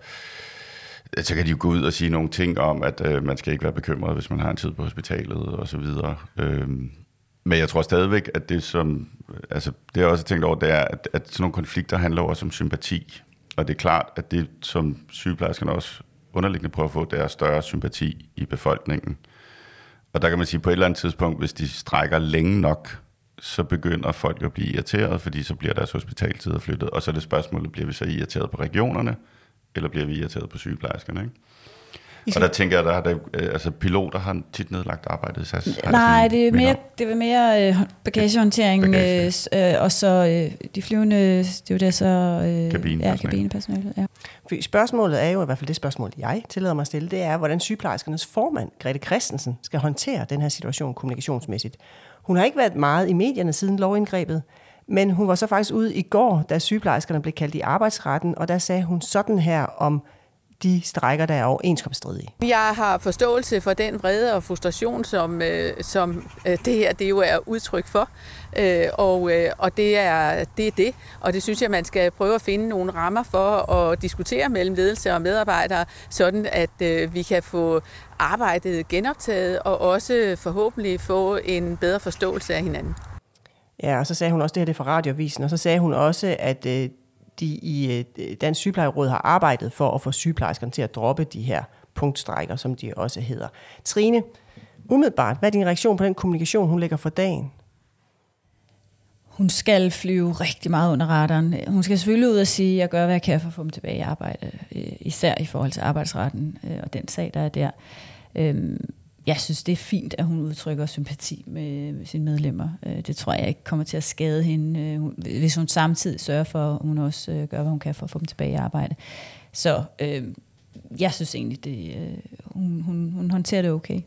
Speaker 4: så kan de jo gå ud og sige nogle ting om, at øh, man skal ikke være bekymret, hvis man har en tid på hospitalet, og så videre. Øhm, Men jeg tror stadigvæk, at det som, altså det jeg også har tænkt over, det er, at, at sådan nogle konflikter handler også om sympati. Og det er klart, at det som sygeplejerskerne også underliggende prøver at få, det er større sympati i befolkningen. Og der kan man sige, at på et eller andet tidspunkt, hvis de strækker længe nok, så begynder folk at blive irriteret, fordi så bliver deres hospitaltider flyttet. Og så er det spørgsmålet, bliver vi så irriteret på regionerne, eller bliver vi irriteret på sygeplejerskerne, ikke? Og der tænker jeg, der har det, altså piloter har tit nedlagt arbejdet i S A S.
Speaker 3: Nej, det er mere, det er mere øh, bagagehåndtering, Bagage. øh, og så øh, de flyvende, det er jo det så... Øh,
Speaker 4: kabinepersonale.
Speaker 3: Ja, kabinepersonale, ja.
Speaker 1: For spørgsmålet er jo, i hvert fald det spørgsmål, jeg tillader mig at stille, det er, hvordan sygeplejerskernes formand, Grete Christensen, skal håndtere den her situation kommunikationsmæssigt. Hun har ikke været meget i medierne siden lovindgrebet, men hun var så faktisk ude i går, da sygeplejerskerne blev kaldt i arbejdsretten, og der sagde hun sådan her om de strejker, der er overenskomststridige.
Speaker 12: Jeg har forståelse for den vrede og frustration, som, øh, som øh, det her det jo er udtryk for, øh, og, øh, og det, er, det er det. Og det synes jeg, man skal prøve at finde nogle rammer for at diskutere mellem ledelse og medarbejdere, sådan at øh, vi kan få arbejdet genoptaget og også forhåbentlig få en bedre forståelse af hinanden.
Speaker 1: Ja, og så sagde hun også, det her det fra Radioavisen, og så sagde hun også, at øh, de i Dansk Sygeplejeråd har arbejdet for at få sygeplejerskerne til at droppe de her punktstrejker, som de også hedder. Trine, umiddelbart, hvad er din reaktion på den kommunikation, hun lægger for dagen?
Speaker 3: Hun skal flyve rigtig meget under radaren. Hun skal selvfølgelig ud og sige, at jeg gør, hvad jeg kan for at få dem tilbage i arbejde, især i forhold til arbejdsretten og den sag, der er der. Jeg synes, det er fint, at hun udtrykker sympati med sine medlemmer. Det tror jeg ikke kommer til at skade hende, hvis hun samtidig sørger for, at hun også gør, hvad hun kan for at få dem tilbage i arbejde. Så øh, jeg synes egentlig, det, øh, hun, hun, hun håndterer det okay.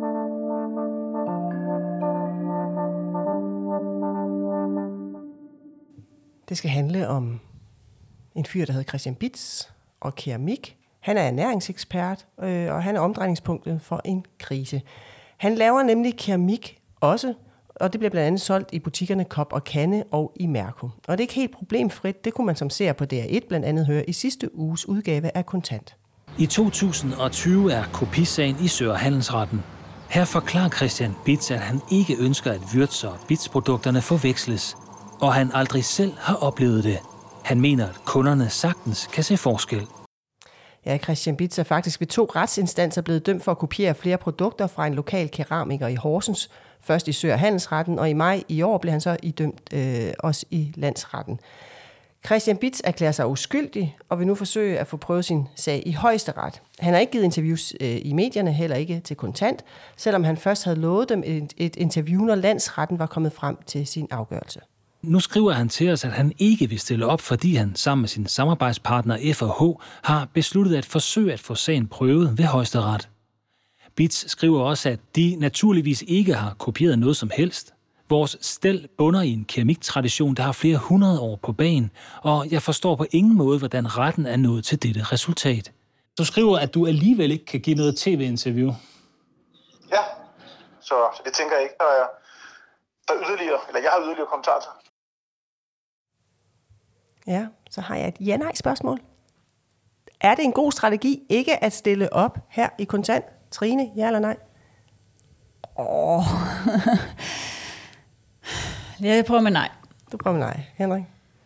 Speaker 1: Det skal handle om en fyr, der hedder Christian Bitz og keramik. Han er ernæringsekspert, øh, og han er omdrejningspunktet for en krise. Han laver nemlig keramik også, og det bliver blandt andet solgt i butikkerne Kop og Kande og i Mærko. Og det er ikke helt problemfrit, det kunne man som ser på D R et blandt andet høre i sidste uges udgave af Kontant.
Speaker 13: I to tusind og tyve er kopisagen i Sø- og Handelsretten. Her forklarer Christian Bitz, at han ikke ønsker, at Würtz og Bitz-produkterne forveksles, og han aldrig selv har oplevet det. Han mener, at kunderne sagtens kan se forskel.
Speaker 1: Ja, Christian Bitz er faktisk ved to retsinstanser blevet dømt for at kopiere flere produkter fra en lokal keramiker i Horsens. Først i Sø- og Handelsretten, og i maj i år blev han så idømt øh, også i landsretten. Christian Bitz erklærer sig uskyldig og vil nu forsøge at få prøvet sin sag i højesteret. Han har ikke givet interviews øh, i medierne, heller ikke til Kontant, selvom han først havde lovet dem et, et interview, når landsretten var kommet frem til sin afgørelse.
Speaker 13: Nu skriver han til os, at han ikke vil stille op, fordi han sammen med sin samarbejdspartner F og H har besluttet at forsøge at få sagen prøvet ved Højesteret. Bitz skriver også, at de naturligvis ikke har kopieret noget som helst. Vores stel bunder i en keramiktradition, der har flere hundrede år på bagen, og jeg forstår på ingen måde, hvordan retten er nået til dette resultat. Du skriver, at du alligevel ikke kan give noget tv-interview.
Speaker 14: Ja, så, så det tænker jeg ikke, der er, der er yderligere, eller jeg har yderligere kommentarer til.
Speaker 1: Ja, så har jeg et ja-nej-spørgsmål. Er det en god strategi ikke at stille op her i Kontant? Trine, ja eller nej?
Speaker 3: Åh... Jeg prøver med nej.
Speaker 1: Du prøver med nej. Henrik?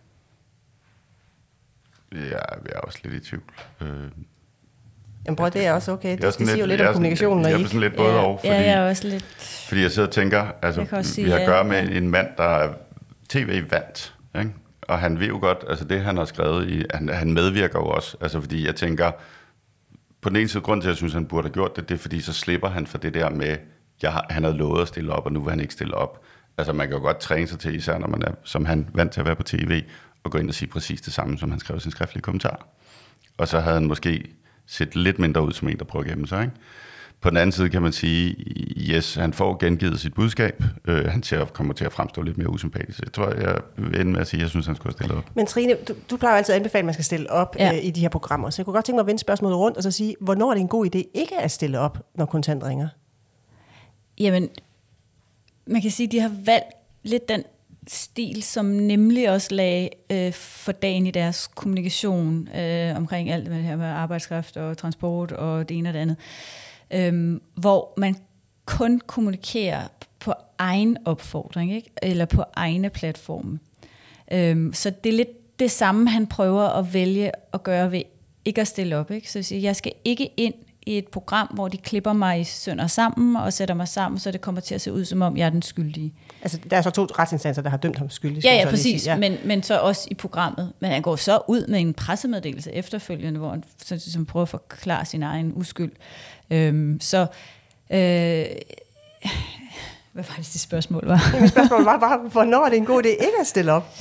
Speaker 4: Ja, jeg er også lidt i tvivl. Øh,
Speaker 1: Jamen bror, det er også okay. Det, det siger
Speaker 4: lidt,
Speaker 1: jo lidt om kommunikationen.
Speaker 4: Jeg er sådan lidt både
Speaker 3: ja,
Speaker 4: og, fordi,
Speaker 3: ja, jeg er også lidt...
Speaker 4: fordi jeg sidder og tænker, altså, vi
Speaker 3: sige,
Speaker 4: har at gøre
Speaker 3: ja,
Speaker 4: med
Speaker 3: ja.
Speaker 4: en mand, der er tv-vant, ikke? Og han ved jo godt, altså det han har skrevet, i, han, han medvirker jo også, altså fordi jeg tænker, på den ene side grund til, at jeg synes, han burde have gjort det, det er fordi, så slipper han for det der med, jeg har, han havde lovet at stille op, og nu vil han ikke stille op. Altså man kan jo godt træne sig til, især når man er, som han vant til at være på tv, og gå ind og sige præcis det samme, som han skrev i sin skriftlige kommentar. Og så havde han måske set lidt mindre ud som en, der prøver at gemme sig, ikke? På den anden side kan man sige, yes, han får gengivet sit budskab. Øh, han ser, kommer til at fremstå lidt mere usympatisk. Jeg tror, jeg vil ende med at sige, at jeg synes, han skulle have stillet op.
Speaker 1: Men Trine, du, du plejer altid at anbefale, at man skal stille op
Speaker 3: ja.
Speaker 1: øh, i de her programmer. Så jeg kunne godt tænke mig at vende spørgsmålet rundt og så sige, hvornår er det en god idé ikke at stille op, når Kontant ringer?
Speaker 3: Jamen, man kan sige, at de har valgt lidt den stil, som nemlig også lagde øh, for dagen i deres kommunikation øh, omkring alt det her med arbejdskraft og transport og det ene og det andet. Øhm, hvor man kun kommunikerer på egen opfordring, ikke? Eller på egne platforme. Øhm, så det er lidt det samme, han prøver at vælge at gøre ved ikke at stille op. Ikke? Så jeg skal ikke ind i et program, hvor de klipper mig i sønder sammen og sætter mig sammen, så det kommer til at se ud, som om jeg er den skyldige.
Speaker 1: Altså, der er så to retsinstanser, der har dømt ham skyldig.
Speaker 3: Ja, ja, præcis, ja. Men, men så også i programmet. Men han går så ud med en pressemeddelelse efterfølgende, hvor han så, som prøver at forklare sin egen uskyld. Øhm, så... Øh, hvad var det, det spørgsmål var?
Speaker 1: Mit spørgsmål var bare, hvornår er det en god idé ikke at stille op?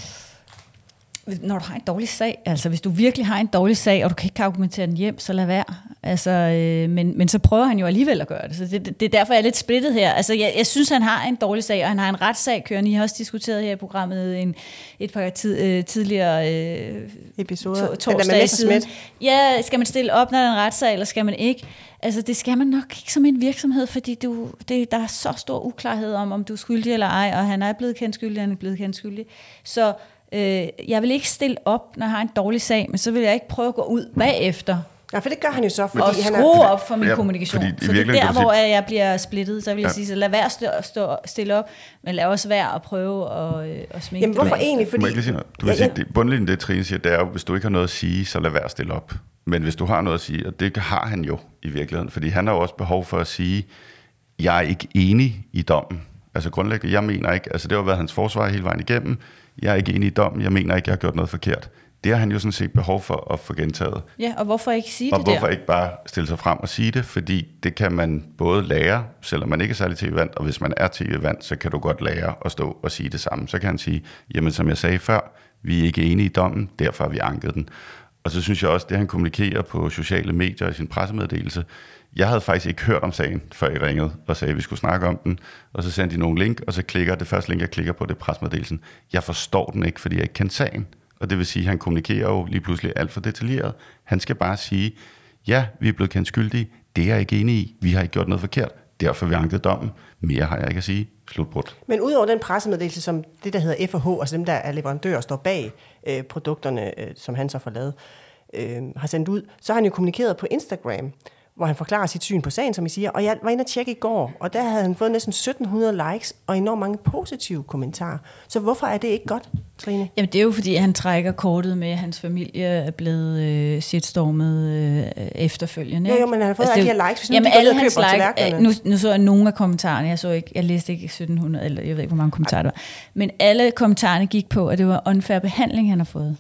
Speaker 3: Når du har en dårlig sag, altså hvis du virkelig har en dårlig sag, og du kan ikke argumentere den hjem, så lad være. Altså, øh, men, men så prøver han jo alligevel at gøre det. Så det, det er derfor, jeg er lidt splittet her. Altså, jeg, jeg synes, han har en dårlig sag, og han har en retssag kørende. I har også diskuteret her i programmet en, et par tid, øh, tidligere øh,
Speaker 1: episoder.
Speaker 3: To, torsdag siden. Ja, skal man stille op, når der er en retssag, eller skal man ikke? Altså, det skal man nok ikke som en virksomhed, fordi du, det, der er så stor uklarhed om, om du er skyldig eller ej, og han er blevet kendt skyldig, han er blevet kendt skyldig. Så øh, jeg vil ikke stille op, når jeg har en dårlig sag, men så vil jeg ikke prøve at gå ud bagefter.
Speaker 1: Ja, for det gør han jo så, fordi
Speaker 3: og
Speaker 1: han
Speaker 3: skrue
Speaker 1: er...
Speaker 3: op for min
Speaker 4: ja,
Speaker 3: kommunikation.
Speaker 4: fordi,
Speaker 3: så det er der,
Speaker 4: sige...
Speaker 3: hvor jeg bliver splittet. Så vil jeg
Speaker 4: ja.
Speaker 3: sige, så lad være at stå, stå, stille op, men lad også være at prøve at, øh, at smække.
Speaker 1: Jamen hvorfor det egentlig? Fordi...
Speaker 4: Må jeg ikke sige noget? Du vil ja, ja. sige, det, bundlinjen det, Trine siger, det er jo, hvis du ikke har noget at sige, så lad være at stille op. Men hvis du har noget at sige, og det har han jo i virkeligheden, fordi han har jo også behov for at sige, jeg er ikke enig i dommen. Altså grundlæggende, jeg mener ikke, altså det har været hans forsvar hele vejen igennem, jeg er ikke enig i dommen, jeg mener ikke, jeg har gjort noget forkert. Det har han jo sådan set behov for at få gentaget.
Speaker 3: Ja, og hvorfor ikke sige
Speaker 4: og
Speaker 3: det der?
Speaker 4: Og hvorfor ikke bare stille sig frem og sige det, fordi det kan man både lære, selvom man ikke er særlig tv-vant, og hvis man er tv-vant, så kan du godt lære at stå og sige det samme. Så kan han sige, jamen som jeg sagde før, vi er ikke enige i dommen, derfor har vi anket den. Og så synes jeg også, det han kommunikerer på sociale medier i sin pressemeddelelse, jeg havde faktisk ikke hørt om sagen, før I ringede og sagde, at vi skulle snakke om den, og så sendte de nogle link, og så klikker det første link, jeg klikker på, det er pressemeddelelsen. Jeg forstår den ikke, fordi jeg ikke kan sagen. Og det vil sige, at han kommunikerer jo lige pludselig alt for detaljeret. Han skal bare sige, ja, vi er blevet kendt skyldige, det er jeg ikke enig i, vi har ikke gjort noget forkert, derfor har vi anket dommen, mere har jeg ikke at sige, slutbrudt.
Speaker 1: Men udover den pressemeddelelse, som det der hedder F og H, altså dem der er leverandører og står bag øh, produkterne, øh, som han så får lavet, øh, har sendt ud, så har han jo kommunikeret på Instagram, hvor han forklarer sit syn på sagen, som I siger. Og jeg var inde og tjekke i går, og der havde han fået næsten sytten hundrede likes og enormt mange positive kommentarer. Så hvorfor er det ikke godt, Trine?
Speaker 3: Jamen det er jo fordi, han trækker kortet med, at hans familie er blevet øh, shitstormet øh, efterfølgende.
Speaker 1: Jo, jo, men han har fået altså, alle de her likes, hvis
Speaker 3: jamen,
Speaker 1: nu de går
Speaker 3: alle
Speaker 1: ned og køber
Speaker 3: like,
Speaker 1: tallerkenerne.
Speaker 3: Nu, nu så jeg nogle af kommentarerne, jeg så ikke, jeg læste ikke sytten hundrede, eller jeg ved ikke, hvor mange kommentarer der var. Men alle kommentarerne gik på, at det var unfair behandling, han har fået.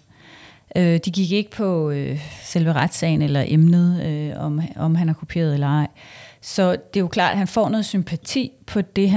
Speaker 3: De gik ikke på øh, selve retssagen eller emnet, øh, om, om han har kopieret eller ej. Så det er jo klart, at han får noget sympati på det, han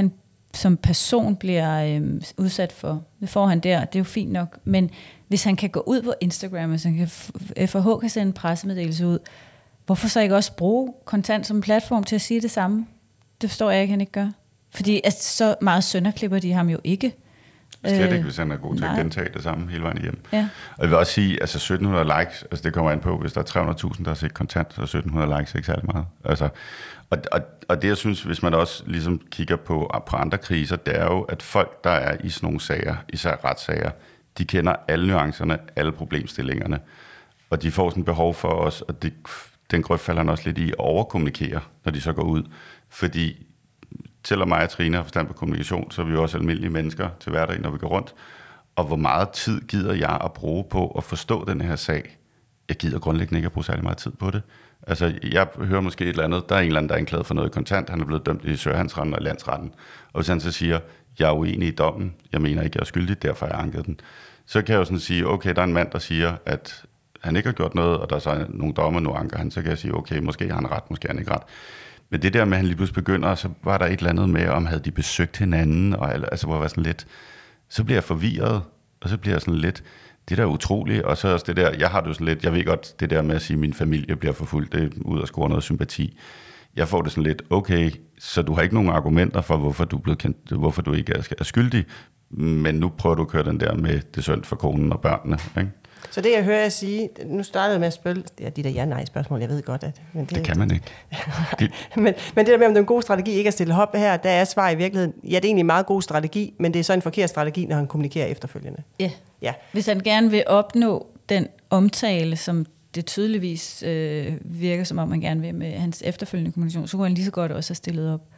Speaker 3: som person bliver øh, udsat for. Det får han der, det er jo fint nok. Men hvis han kan gå ud på Instagram, hvis han kan, F H kan sende en pressemeddelelse ud, hvorfor så ikke også bruge kontant som platform til at sige det samme? Det forstår jeg ikke, han ikke gør. Fordi altså, så meget sønderklipper de ham jo ikke.
Speaker 4: Slet ikke, hvis han er god til Nej. at gentage det samme hele vejen hjem.
Speaker 3: Ja.
Speaker 4: Og jeg vil også sige, altså sytten hundrede likes, altså det kommer an på, hvis der er tre hundrede tusind, der har set kontant, så er sytten hundrede likes ikke særlig meget. Altså, og, og, og det, jeg synes, hvis man også ligesom kigger på, på andre kriser, det er jo, at folk, der er i sådan nogle sager, især retssager, de kender alle nuancerne, alle problemstillingerne, og de får sådan behov for os, og det, den grøft falder han også lidt i at overkommunikere, når de så går ud, fordi selvom mig og Trine har forstand på kommunikation, så er vi jo også almindelige mennesker til hverdag, når vi går rundt. Og hvor meget tid gider jeg at bruge på at forstå den her sag? Jeg gider grundlæggende ikke at bruge særlig meget tid på det. Altså, jeg hører måske et eller andet, der er en eller anden, der er anklaget for noget kontant, han er blevet dømt i Sørhandsretten og Landsretten. Og hvis han så siger, jeg er uenig i dommen, jeg mener ikke, jeg er skyldig, derfor har jeg anket den. Så kan jeg jo sådan sige, okay, der er en mand, der siger, at han ikke har gjort noget, og der er så nogle dommer, nu anker han, så kan jeg sige, okay, måske har han ret, måske har han ikke ret. Men det der med, at han lige pludselig begynder, så var der et eller andet med, om havde de besøgt hinanden, og altså, hvor var sådan lidt, så bliver jeg forvirret, og så bliver jeg sådan lidt, det der er utroligt, og så også det der, jeg har det jo sådan lidt, jeg ved godt, det der med at sige, at min familie bliver forfulgt, det er ud og score noget sympati. Jeg får det sådan lidt, okay, så du har ikke nogen argumenter for, hvorfor du, er blevet kendt, hvorfor du ikke er skyldig, men nu prøver du at køre den der med det synd for konen og børnene, ikke?
Speaker 1: Så det, jeg hører jer sige, nu startede jeg med at spørge, det er de der ja-nej-spørgsmål, jeg ved godt, at... Men det,
Speaker 4: det kan man ikke.
Speaker 1: Det. men, men det der med, om det er en god strategi ikke at stille op her, der er svar i virkeligheden, ja, det er egentlig en meget god strategi, men det er så en forkert strategi, når han kommunikerer efterfølgende.
Speaker 3: Ja.
Speaker 1: ja.
Speaker 3: Hvis han gerne vil opnå den omtale, som det tydeligvis øh, virker, som om han gerne vil med hans efterfølgende kommunikation, så kunne han lige så godt også have stillet op.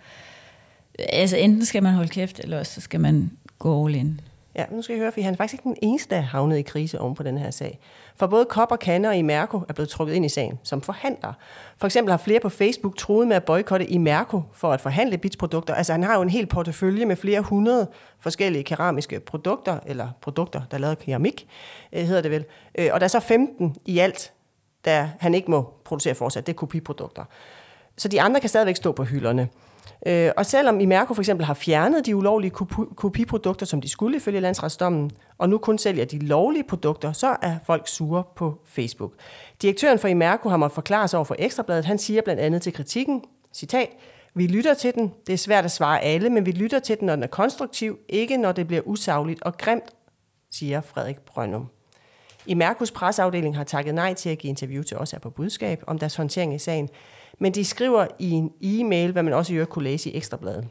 Speaker 3: Altså, enten skal man holde kæft, eller også så skal man gå all in.
Speaker 1: Ja, nu skal I høre, for han er faktisk ikke den eneste, der er havnet i krise oven på den her sag. For både Kop og Kanne og Imerco er blevet trukket ind i sagen som forhandlere. For eksempel har flere på Facebook truet med at boykotte Imerco for at forhandle Bits-produkter. Altså han har jo en hel portefølje med flere hundrede forskellige keramiske produkter, eller produkter, der er lavet keramik, hedder det vel. Og der er så femten i alt, der han ikke må producere fortsat. Det er kopiprodukter. Så de andre kan stadigvæk stå på hylderne. Øh, og selvom Imerco for eksempel har fjernet de ulovlige kopiprodukter, som de skulle ifølge landsretsdommen, og nu kun sælger de lovlige produkter, så er folk sure på Facebook. Direktøren for Imerco har måttet forklare sig over for Ekstrabladet. Han siger blandt andet til kritikken, citat, vi lytter til den, det er svært at svare alle, men vi lytter til den, når den er konstruktiv, ikke når det bliver usagligt og grimt, siger Frederik Brøndum. Imercos presseafdeling har takket nej til at give interview til os her på Budskab om deres håndtering i sagen, men de skriver i en e-mail, hvad man også i øvrigt kunne læse i Ekstrabladet.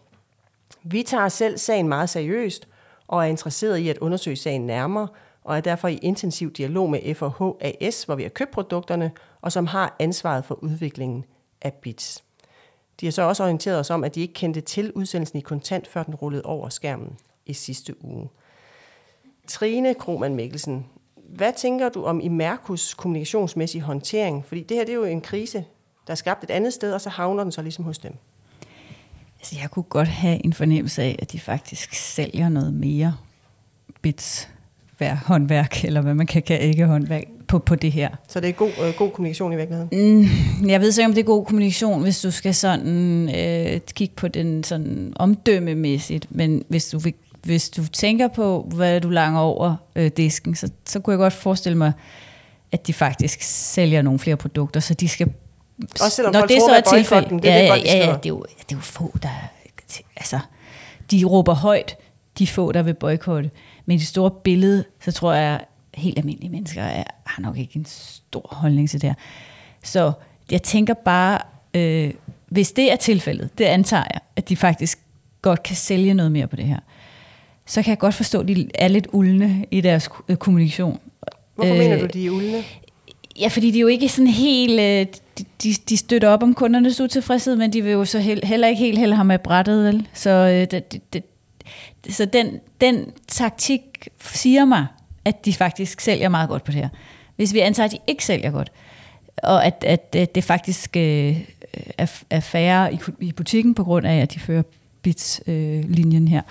Speaker 1: Vi tager selv sagen meget seriøst og er interesseret i at undersøge sagen nærmere, og er derfor i intensiv dialog med F H A S, hvor vi har købt produkterne, og som har ansvaret for udviklingen af Bits. De har så også orienteret os om, at de ikke kendte til udsendelsen i kontant, før den rullede over skærmen i sidste uge. Trine Krohmann Mikkelsen, hvad tænker du om Imercos kommunikationsmæssige håndtering? Fordi det her det er jo en krise, der er skabt et andet sted, og så havner den så ligesom hos dem.
Speaker 3: Altså, jeg kunne godt have en fornemmelse af, at de faktisk sælger noget mere bits håndværk, eller hvad man kan kalde ikke håndværk, på, på det her.
Speaker 1: Så det er god, øh, god kommunikation i virkeligheden?
Speaker 3: Mm, jeg ved så ikke, om det er god kommunikation, hvis du skal sådan øh, kigge på den sådan omdømmemæssigt, men hvis du, vil, hvis du tænker på, hvad du langer over øh, disken, så, så kunne jeg godt forestille mig, at de faktisk sælger nogle flere produkter, så de skal...
Speaker 1: Også selvom Når folk det tror, så er tilfældet,
Speaker 3: det er ja, det, folk, ja, ja, det, er jo, det er jo få, der... Altså, de råber højt, de få, der vil boykotte. Men i det store billede, så tror jeg, at helt almindelige mennesker er, har nok ikke en stor holdning til det her. Så jeg tænker bare, øh, hvis det er tilfældet, det antager jeg, at de faktisk godt kan sælge noget mere på det her, så kan jeg godt forstå, at de er lidt uldne i deres kommunikation.
Speaker 1: Hvorfor øh, mener du, de er uldne?
Speaker 3: Ja, fordi de jo ikke sådan helt... De, de støtter op om kundernes utilfredshed, men de vil jo så heller ikke helt hælde ham med brættet, vel? Så, det, det, det, så den, den taktik siger mig, at de faktisk sælger meget godt på det her. Hvis vi antager, at de ikke sælger godt, og at, at, at det faktisk øh, er, er færre i, i butikken på grund af, at de fører Bits-linjen øh, her,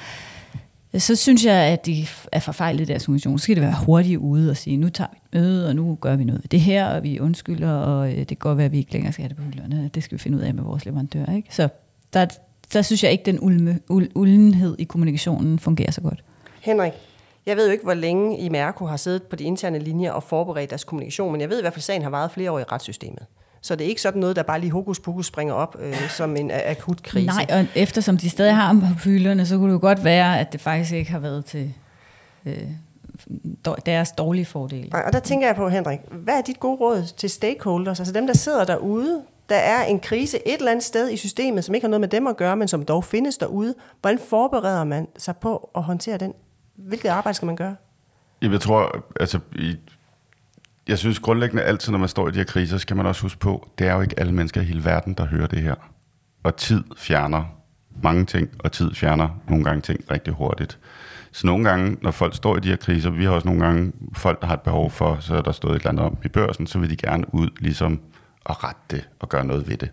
Speaker 3: så synes jeg, at de er forfejlet i deres kommunikation. Så skal det være hurtigt ude og sige, nu tager vi et møde, og nu gør vi noget ved det her, og vi undskylder, og det kan godt være, at vi ikke længere skal have det på hylderne. Det skal vi finde ud af med vores leverandør. Ikke? Så der, der synes jeg ikke, den ulme, ul, uldenhed i kommunikationen fungerer så godt.
Speaker 1: Henrik, jeg ved jo ikke, hvor længe Imerco har siddet på de interne linjer og forberedt deres kommunikation, men jeg ved i hvert fald, at sagen har varet flere år i retssystemet. Så det er ikke sådan noget, der bare lige hokus pokus springer op øh, som en akut krise.
Speaker 3: Nej, og eftersom de stadig har dem på hylderne, så kunne det jo godt være, at det faktisk ikke har været til øh, deres dårlige fordele.
Speaker 1: Nej, og der tænker jeg på, Henrik, hvad er dit gode råd til stakeholders, altså dem, der sidder derude? Der er en krise et eller andet sted i systemet, som ikke har noget med dem at gøre, men som dog findes derude. Hvordan forbereder man sig på at håndtere den? Hvilket arbejde skal man gøre?
Speaker 4: Jeg tror, altså... I Jeg synes grundlæggende altid, når man står i de her kriser, skal man også huske på, det er jo ikke alle mennesker i hele verden, der hører det her. Og tid fjerner mange ting, og tid fjerner nogle gange ting rigtig hurtigt. Så nogle gange, når folk står i de her kriser, vi har også nogle gange folk, der har et behov for, så er der stået et eller andet om i børsen, så vil de gerne ud ligesom at rette det og gøre noget ved det.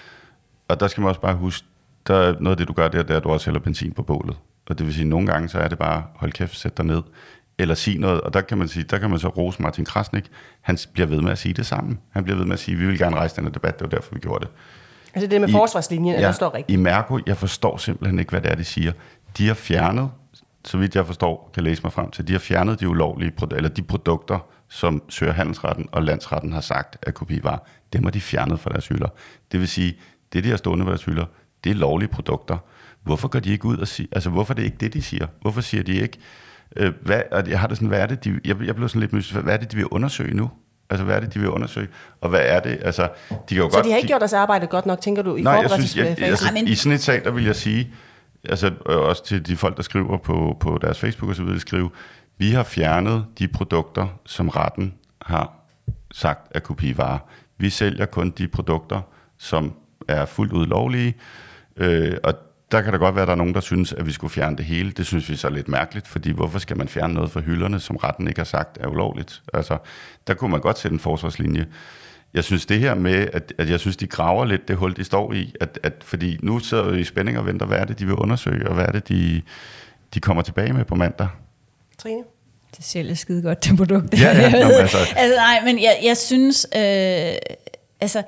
Speaker 4: Og der skal man også bare huske, der er noget af det, du gør der, det er, at du også hælder benzin på bålet. Og det vil sige, at nogle gange, så er det bare, hold kæft, sæt dig ned, eller sige noget, og der kan man sige, der kan man så rose Martin Krasnik. Han bliver ved med at sige det samme. Han bliver ved med at sige, vi vil gerne rejse den her debat, det var derfor, vi gjorde det.
Speaker 1: Altså det med I, forsvarslinjen, ja, der står rigtigt.
Speaker 4: Imerco, jeg forstår simpelthen ikke, hvad det er, de siger. De har fjernet, så vidt jeg forstår, kan læse mig frem til, de har fjernet de ulovlige, eller de produkter, som Søger Handelsretten og Landsretten har sagt er kopivarer. Dem har de fjernet fra deres hylder. Det vil sige, det de har stående på deres hylder, det er lovlige produkter. Hvorfor går de ikke ud og siger, altså hvorfor er det ikke det, de siger? Hvorfor siger de ikke, øh, hvad, jeg har det sådan, hvad er det, de, jeg, jeg blev sådan lidt mystisk, hvad er det, de vil undersøge nu? Altså, hvad er det, de vil undersøge? Og hvad er det? Altså, de kan jo
Speaker 1: så
Speaker 4: godt,
Speaker 1: de har ikke gjort deres arbejde godt nok, tænker du, i
Speaker 4: nej, forberedelsesfasen? Altså,
Speaker 1: men...
Speaker 4: I sådan et sag, der vil jeg sige, altså også til de folk, der skriver på, på deres Facebook og så videre, skrive, vi har fjernet de produkter, som retten har sagt er kopivarer. Vi sælger kun de produkter, som er fuldt ud lovlige, øh, og der kan da godt være, at der er nogen, der synes, at vi skulle fjerne det hele. Det synes vi så er lidt mærkeligt, fordi hvorfor skal man fjerne noget fra hylderne, som retten ikke har sagt er ulovligt? Altså, der kunne man godt sætte en forsvarslinje. Jeg synes det her med, at, at jeg synes, de graver lidt det hul, de står i, at, at, fordi nu sidder vi i spænding og venter, hvad er det, de vil undersøge, og hvad er det, de, de kommer tilbage med på mandag?
Speaker 1: Trine?
Speaker 3: Det sælger skide godt, det produkt.
Speaker 4: Ja, ja. Nå, altså.
Speaker 3: altså, nej, men jeg, jeg synes, øh, altså,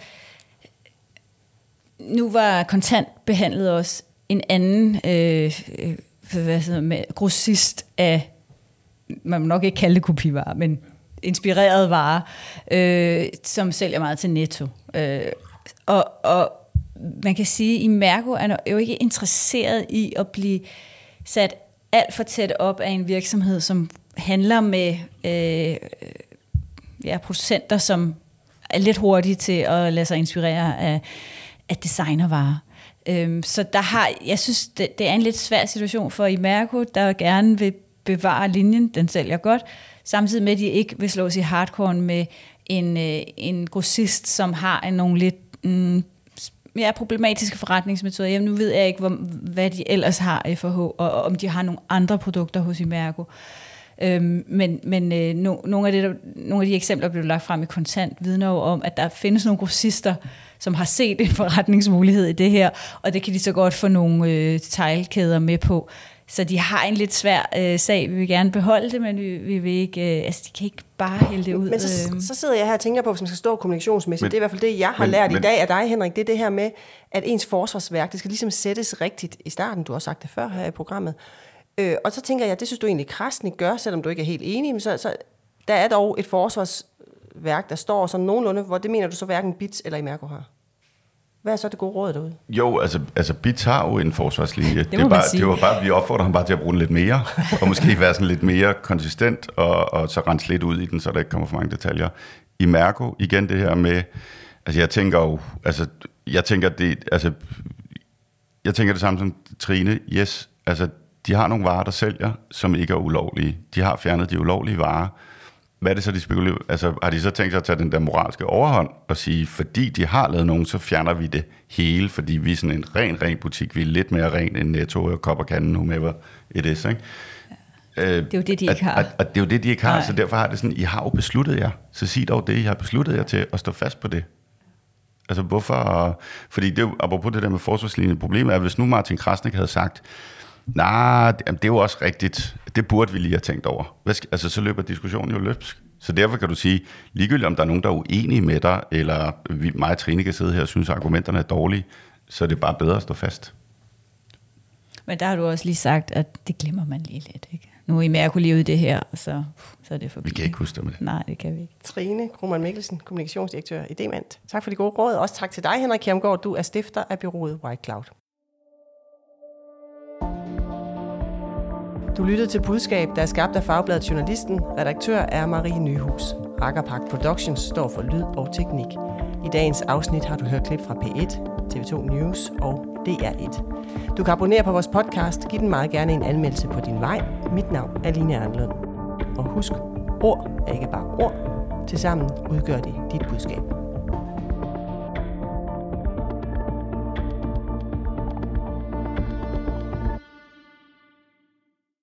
Speaker 3: nu var kontant behandlet også en anden øh, hvad hedder, med, grossist af, man må nok ikke kalde det kopivarer, men inspireret varer, øh, som sælger meget til Netto. Øh, og, og man kan sige, at Imerco er jo ikke interesseret i at blive sat alt for tæt op af en virksomhed, som handler med øh, ja, producenter, som er lidt hurtige til at lade sig inspirere af, af designervarer. Øhm, så der har, jeg synes, det, det er en lidt svær situation for Imerco, der gerne vil bevare linjen, den sælger godt, samtidig med, at de ikke vil slå sig i hardcore med en, øh, en grossist, som har nogle lidt mm, mere problematiske forretningsmetoder. Jamen, nu ved jeg ikke, hvor, hvad de ellers har i F H, og, og om de har nogle andre produkter hos Imerco. Øhm, men men øh, no, nogle, af det, der, nogle af de eksempler, der blev lagt frem i kontant, vidner jo om, at der findes nogle grossister, som har set en forretningsmulighed i det her, og det kan de så godt få nogle øh, teglkæder med på. Så de har en lidt svær øh, sag. Vi vil gerne beholde det, men vi, vi vil ikke, øh, altså de kan ikke bare hælde det ud.
Speaker 1: Men så, øh. så sidder jeg her og tænker på, hvis man skal stå kommunikationsmæssigt, men, det er i hvert fald det, jeg har men, lært men, i dag af dig, Henrik, det er det her med, at ens forsvarsværk, det skal ligesom sættes rigtigt i starten. Du har sagt det før her i programmet. Øh, og så tænker jeg, det synes du egentlig Krasnik gør, selvom du ikke er helt enig, men så, så der er dog et forsvarsværk, der står sådan nogenlunde, hvor det mener du så hverken Bits eller Imerco har. Hvad er så det gode råd derude?
Speaker 4: Jo, altså, altså Bits har jo en forsvarslinje. det, det, er bare, det var bare, vi opfordrer ham bare til at bruge den lidt mere, og måske være sådan lidt mere konsistent, og, og så rense lidt ud i den, så der ikke kommer for mange detaljer. Imerco, igen det her med, altså jeg tænker jo, altså jeg tænker det, altså jeg tænker det samme som Trine, yes, altså de har nogle varer, der sælger, som ikke er ulovlige. De har fjernet de ulovlige varer. Hvad er det så, de spekulerer? Altså, har de så tænkt sig at tage den der moralske overhånd og sige, fordi de har lavet nogen, så fjerner vi det hele, fordi vi er sådan en ren, ren butik. Vi er lidt mere ren end Netto og Kop og Kanden, whomever it is, ikke?
Speaker 3: Ja. Det er jo det, de ikke har.
Speaker 4: Og, og det er jo det, de ikke har, nej. Så derfor har det sådan, I har jo besluttet jer. Så sig dog det, I har besluttet jer til at stå fast på det. Altså, hvorfor? Fordi det er jo, apropos det der med forsvarslinjen, problemet er, hvis nu Martin Krasnik havde sagt, nej, det er jo også rigtigt. Det burde vi lige have tænkt over. Altså, så løber diskussionen jo løbsk. Så derfor kan du sige, ligegyldigt om der er nogen, der er uenige med dig, eller vi, mig og Trine kan sidde her og synes, at argumenterne er dårlige, så er det bare bedre at stå fast.
Speaker 3: Men der har du også lige sagt, at det glemmer man lige lidt, ikke? Nu er I med at kunne leve i det her, og så, så er det forbi.
Speaker 4: Vi kan ikke huske det med det.
Speaker 3: Nej, det kan vi ikke.
Speaker 1: Trine Krohmann Mikkelsen, kommunikationsdirektør i Demant. Tak for de gode råd. Også tak til dig, Henrik Kjermgaard. Du er stifter af bureauet White Cloud. Du lyttede til Budskab, der er skabt af Fagbladet Journalisten. Redaktør er Marie Nyhus. Rakkerpark Productions står for lyd og teknik. I dagens afsnit har du hørt klip fra P et, T V to News og D R et. Du kan abonnere på vores podcast. Giv den meget gerne en anmeldelse på din vej. Mit navn er Line Arnlund. Og husk, ord er ikke bare ord. Tilsammen udgør de dit budskab.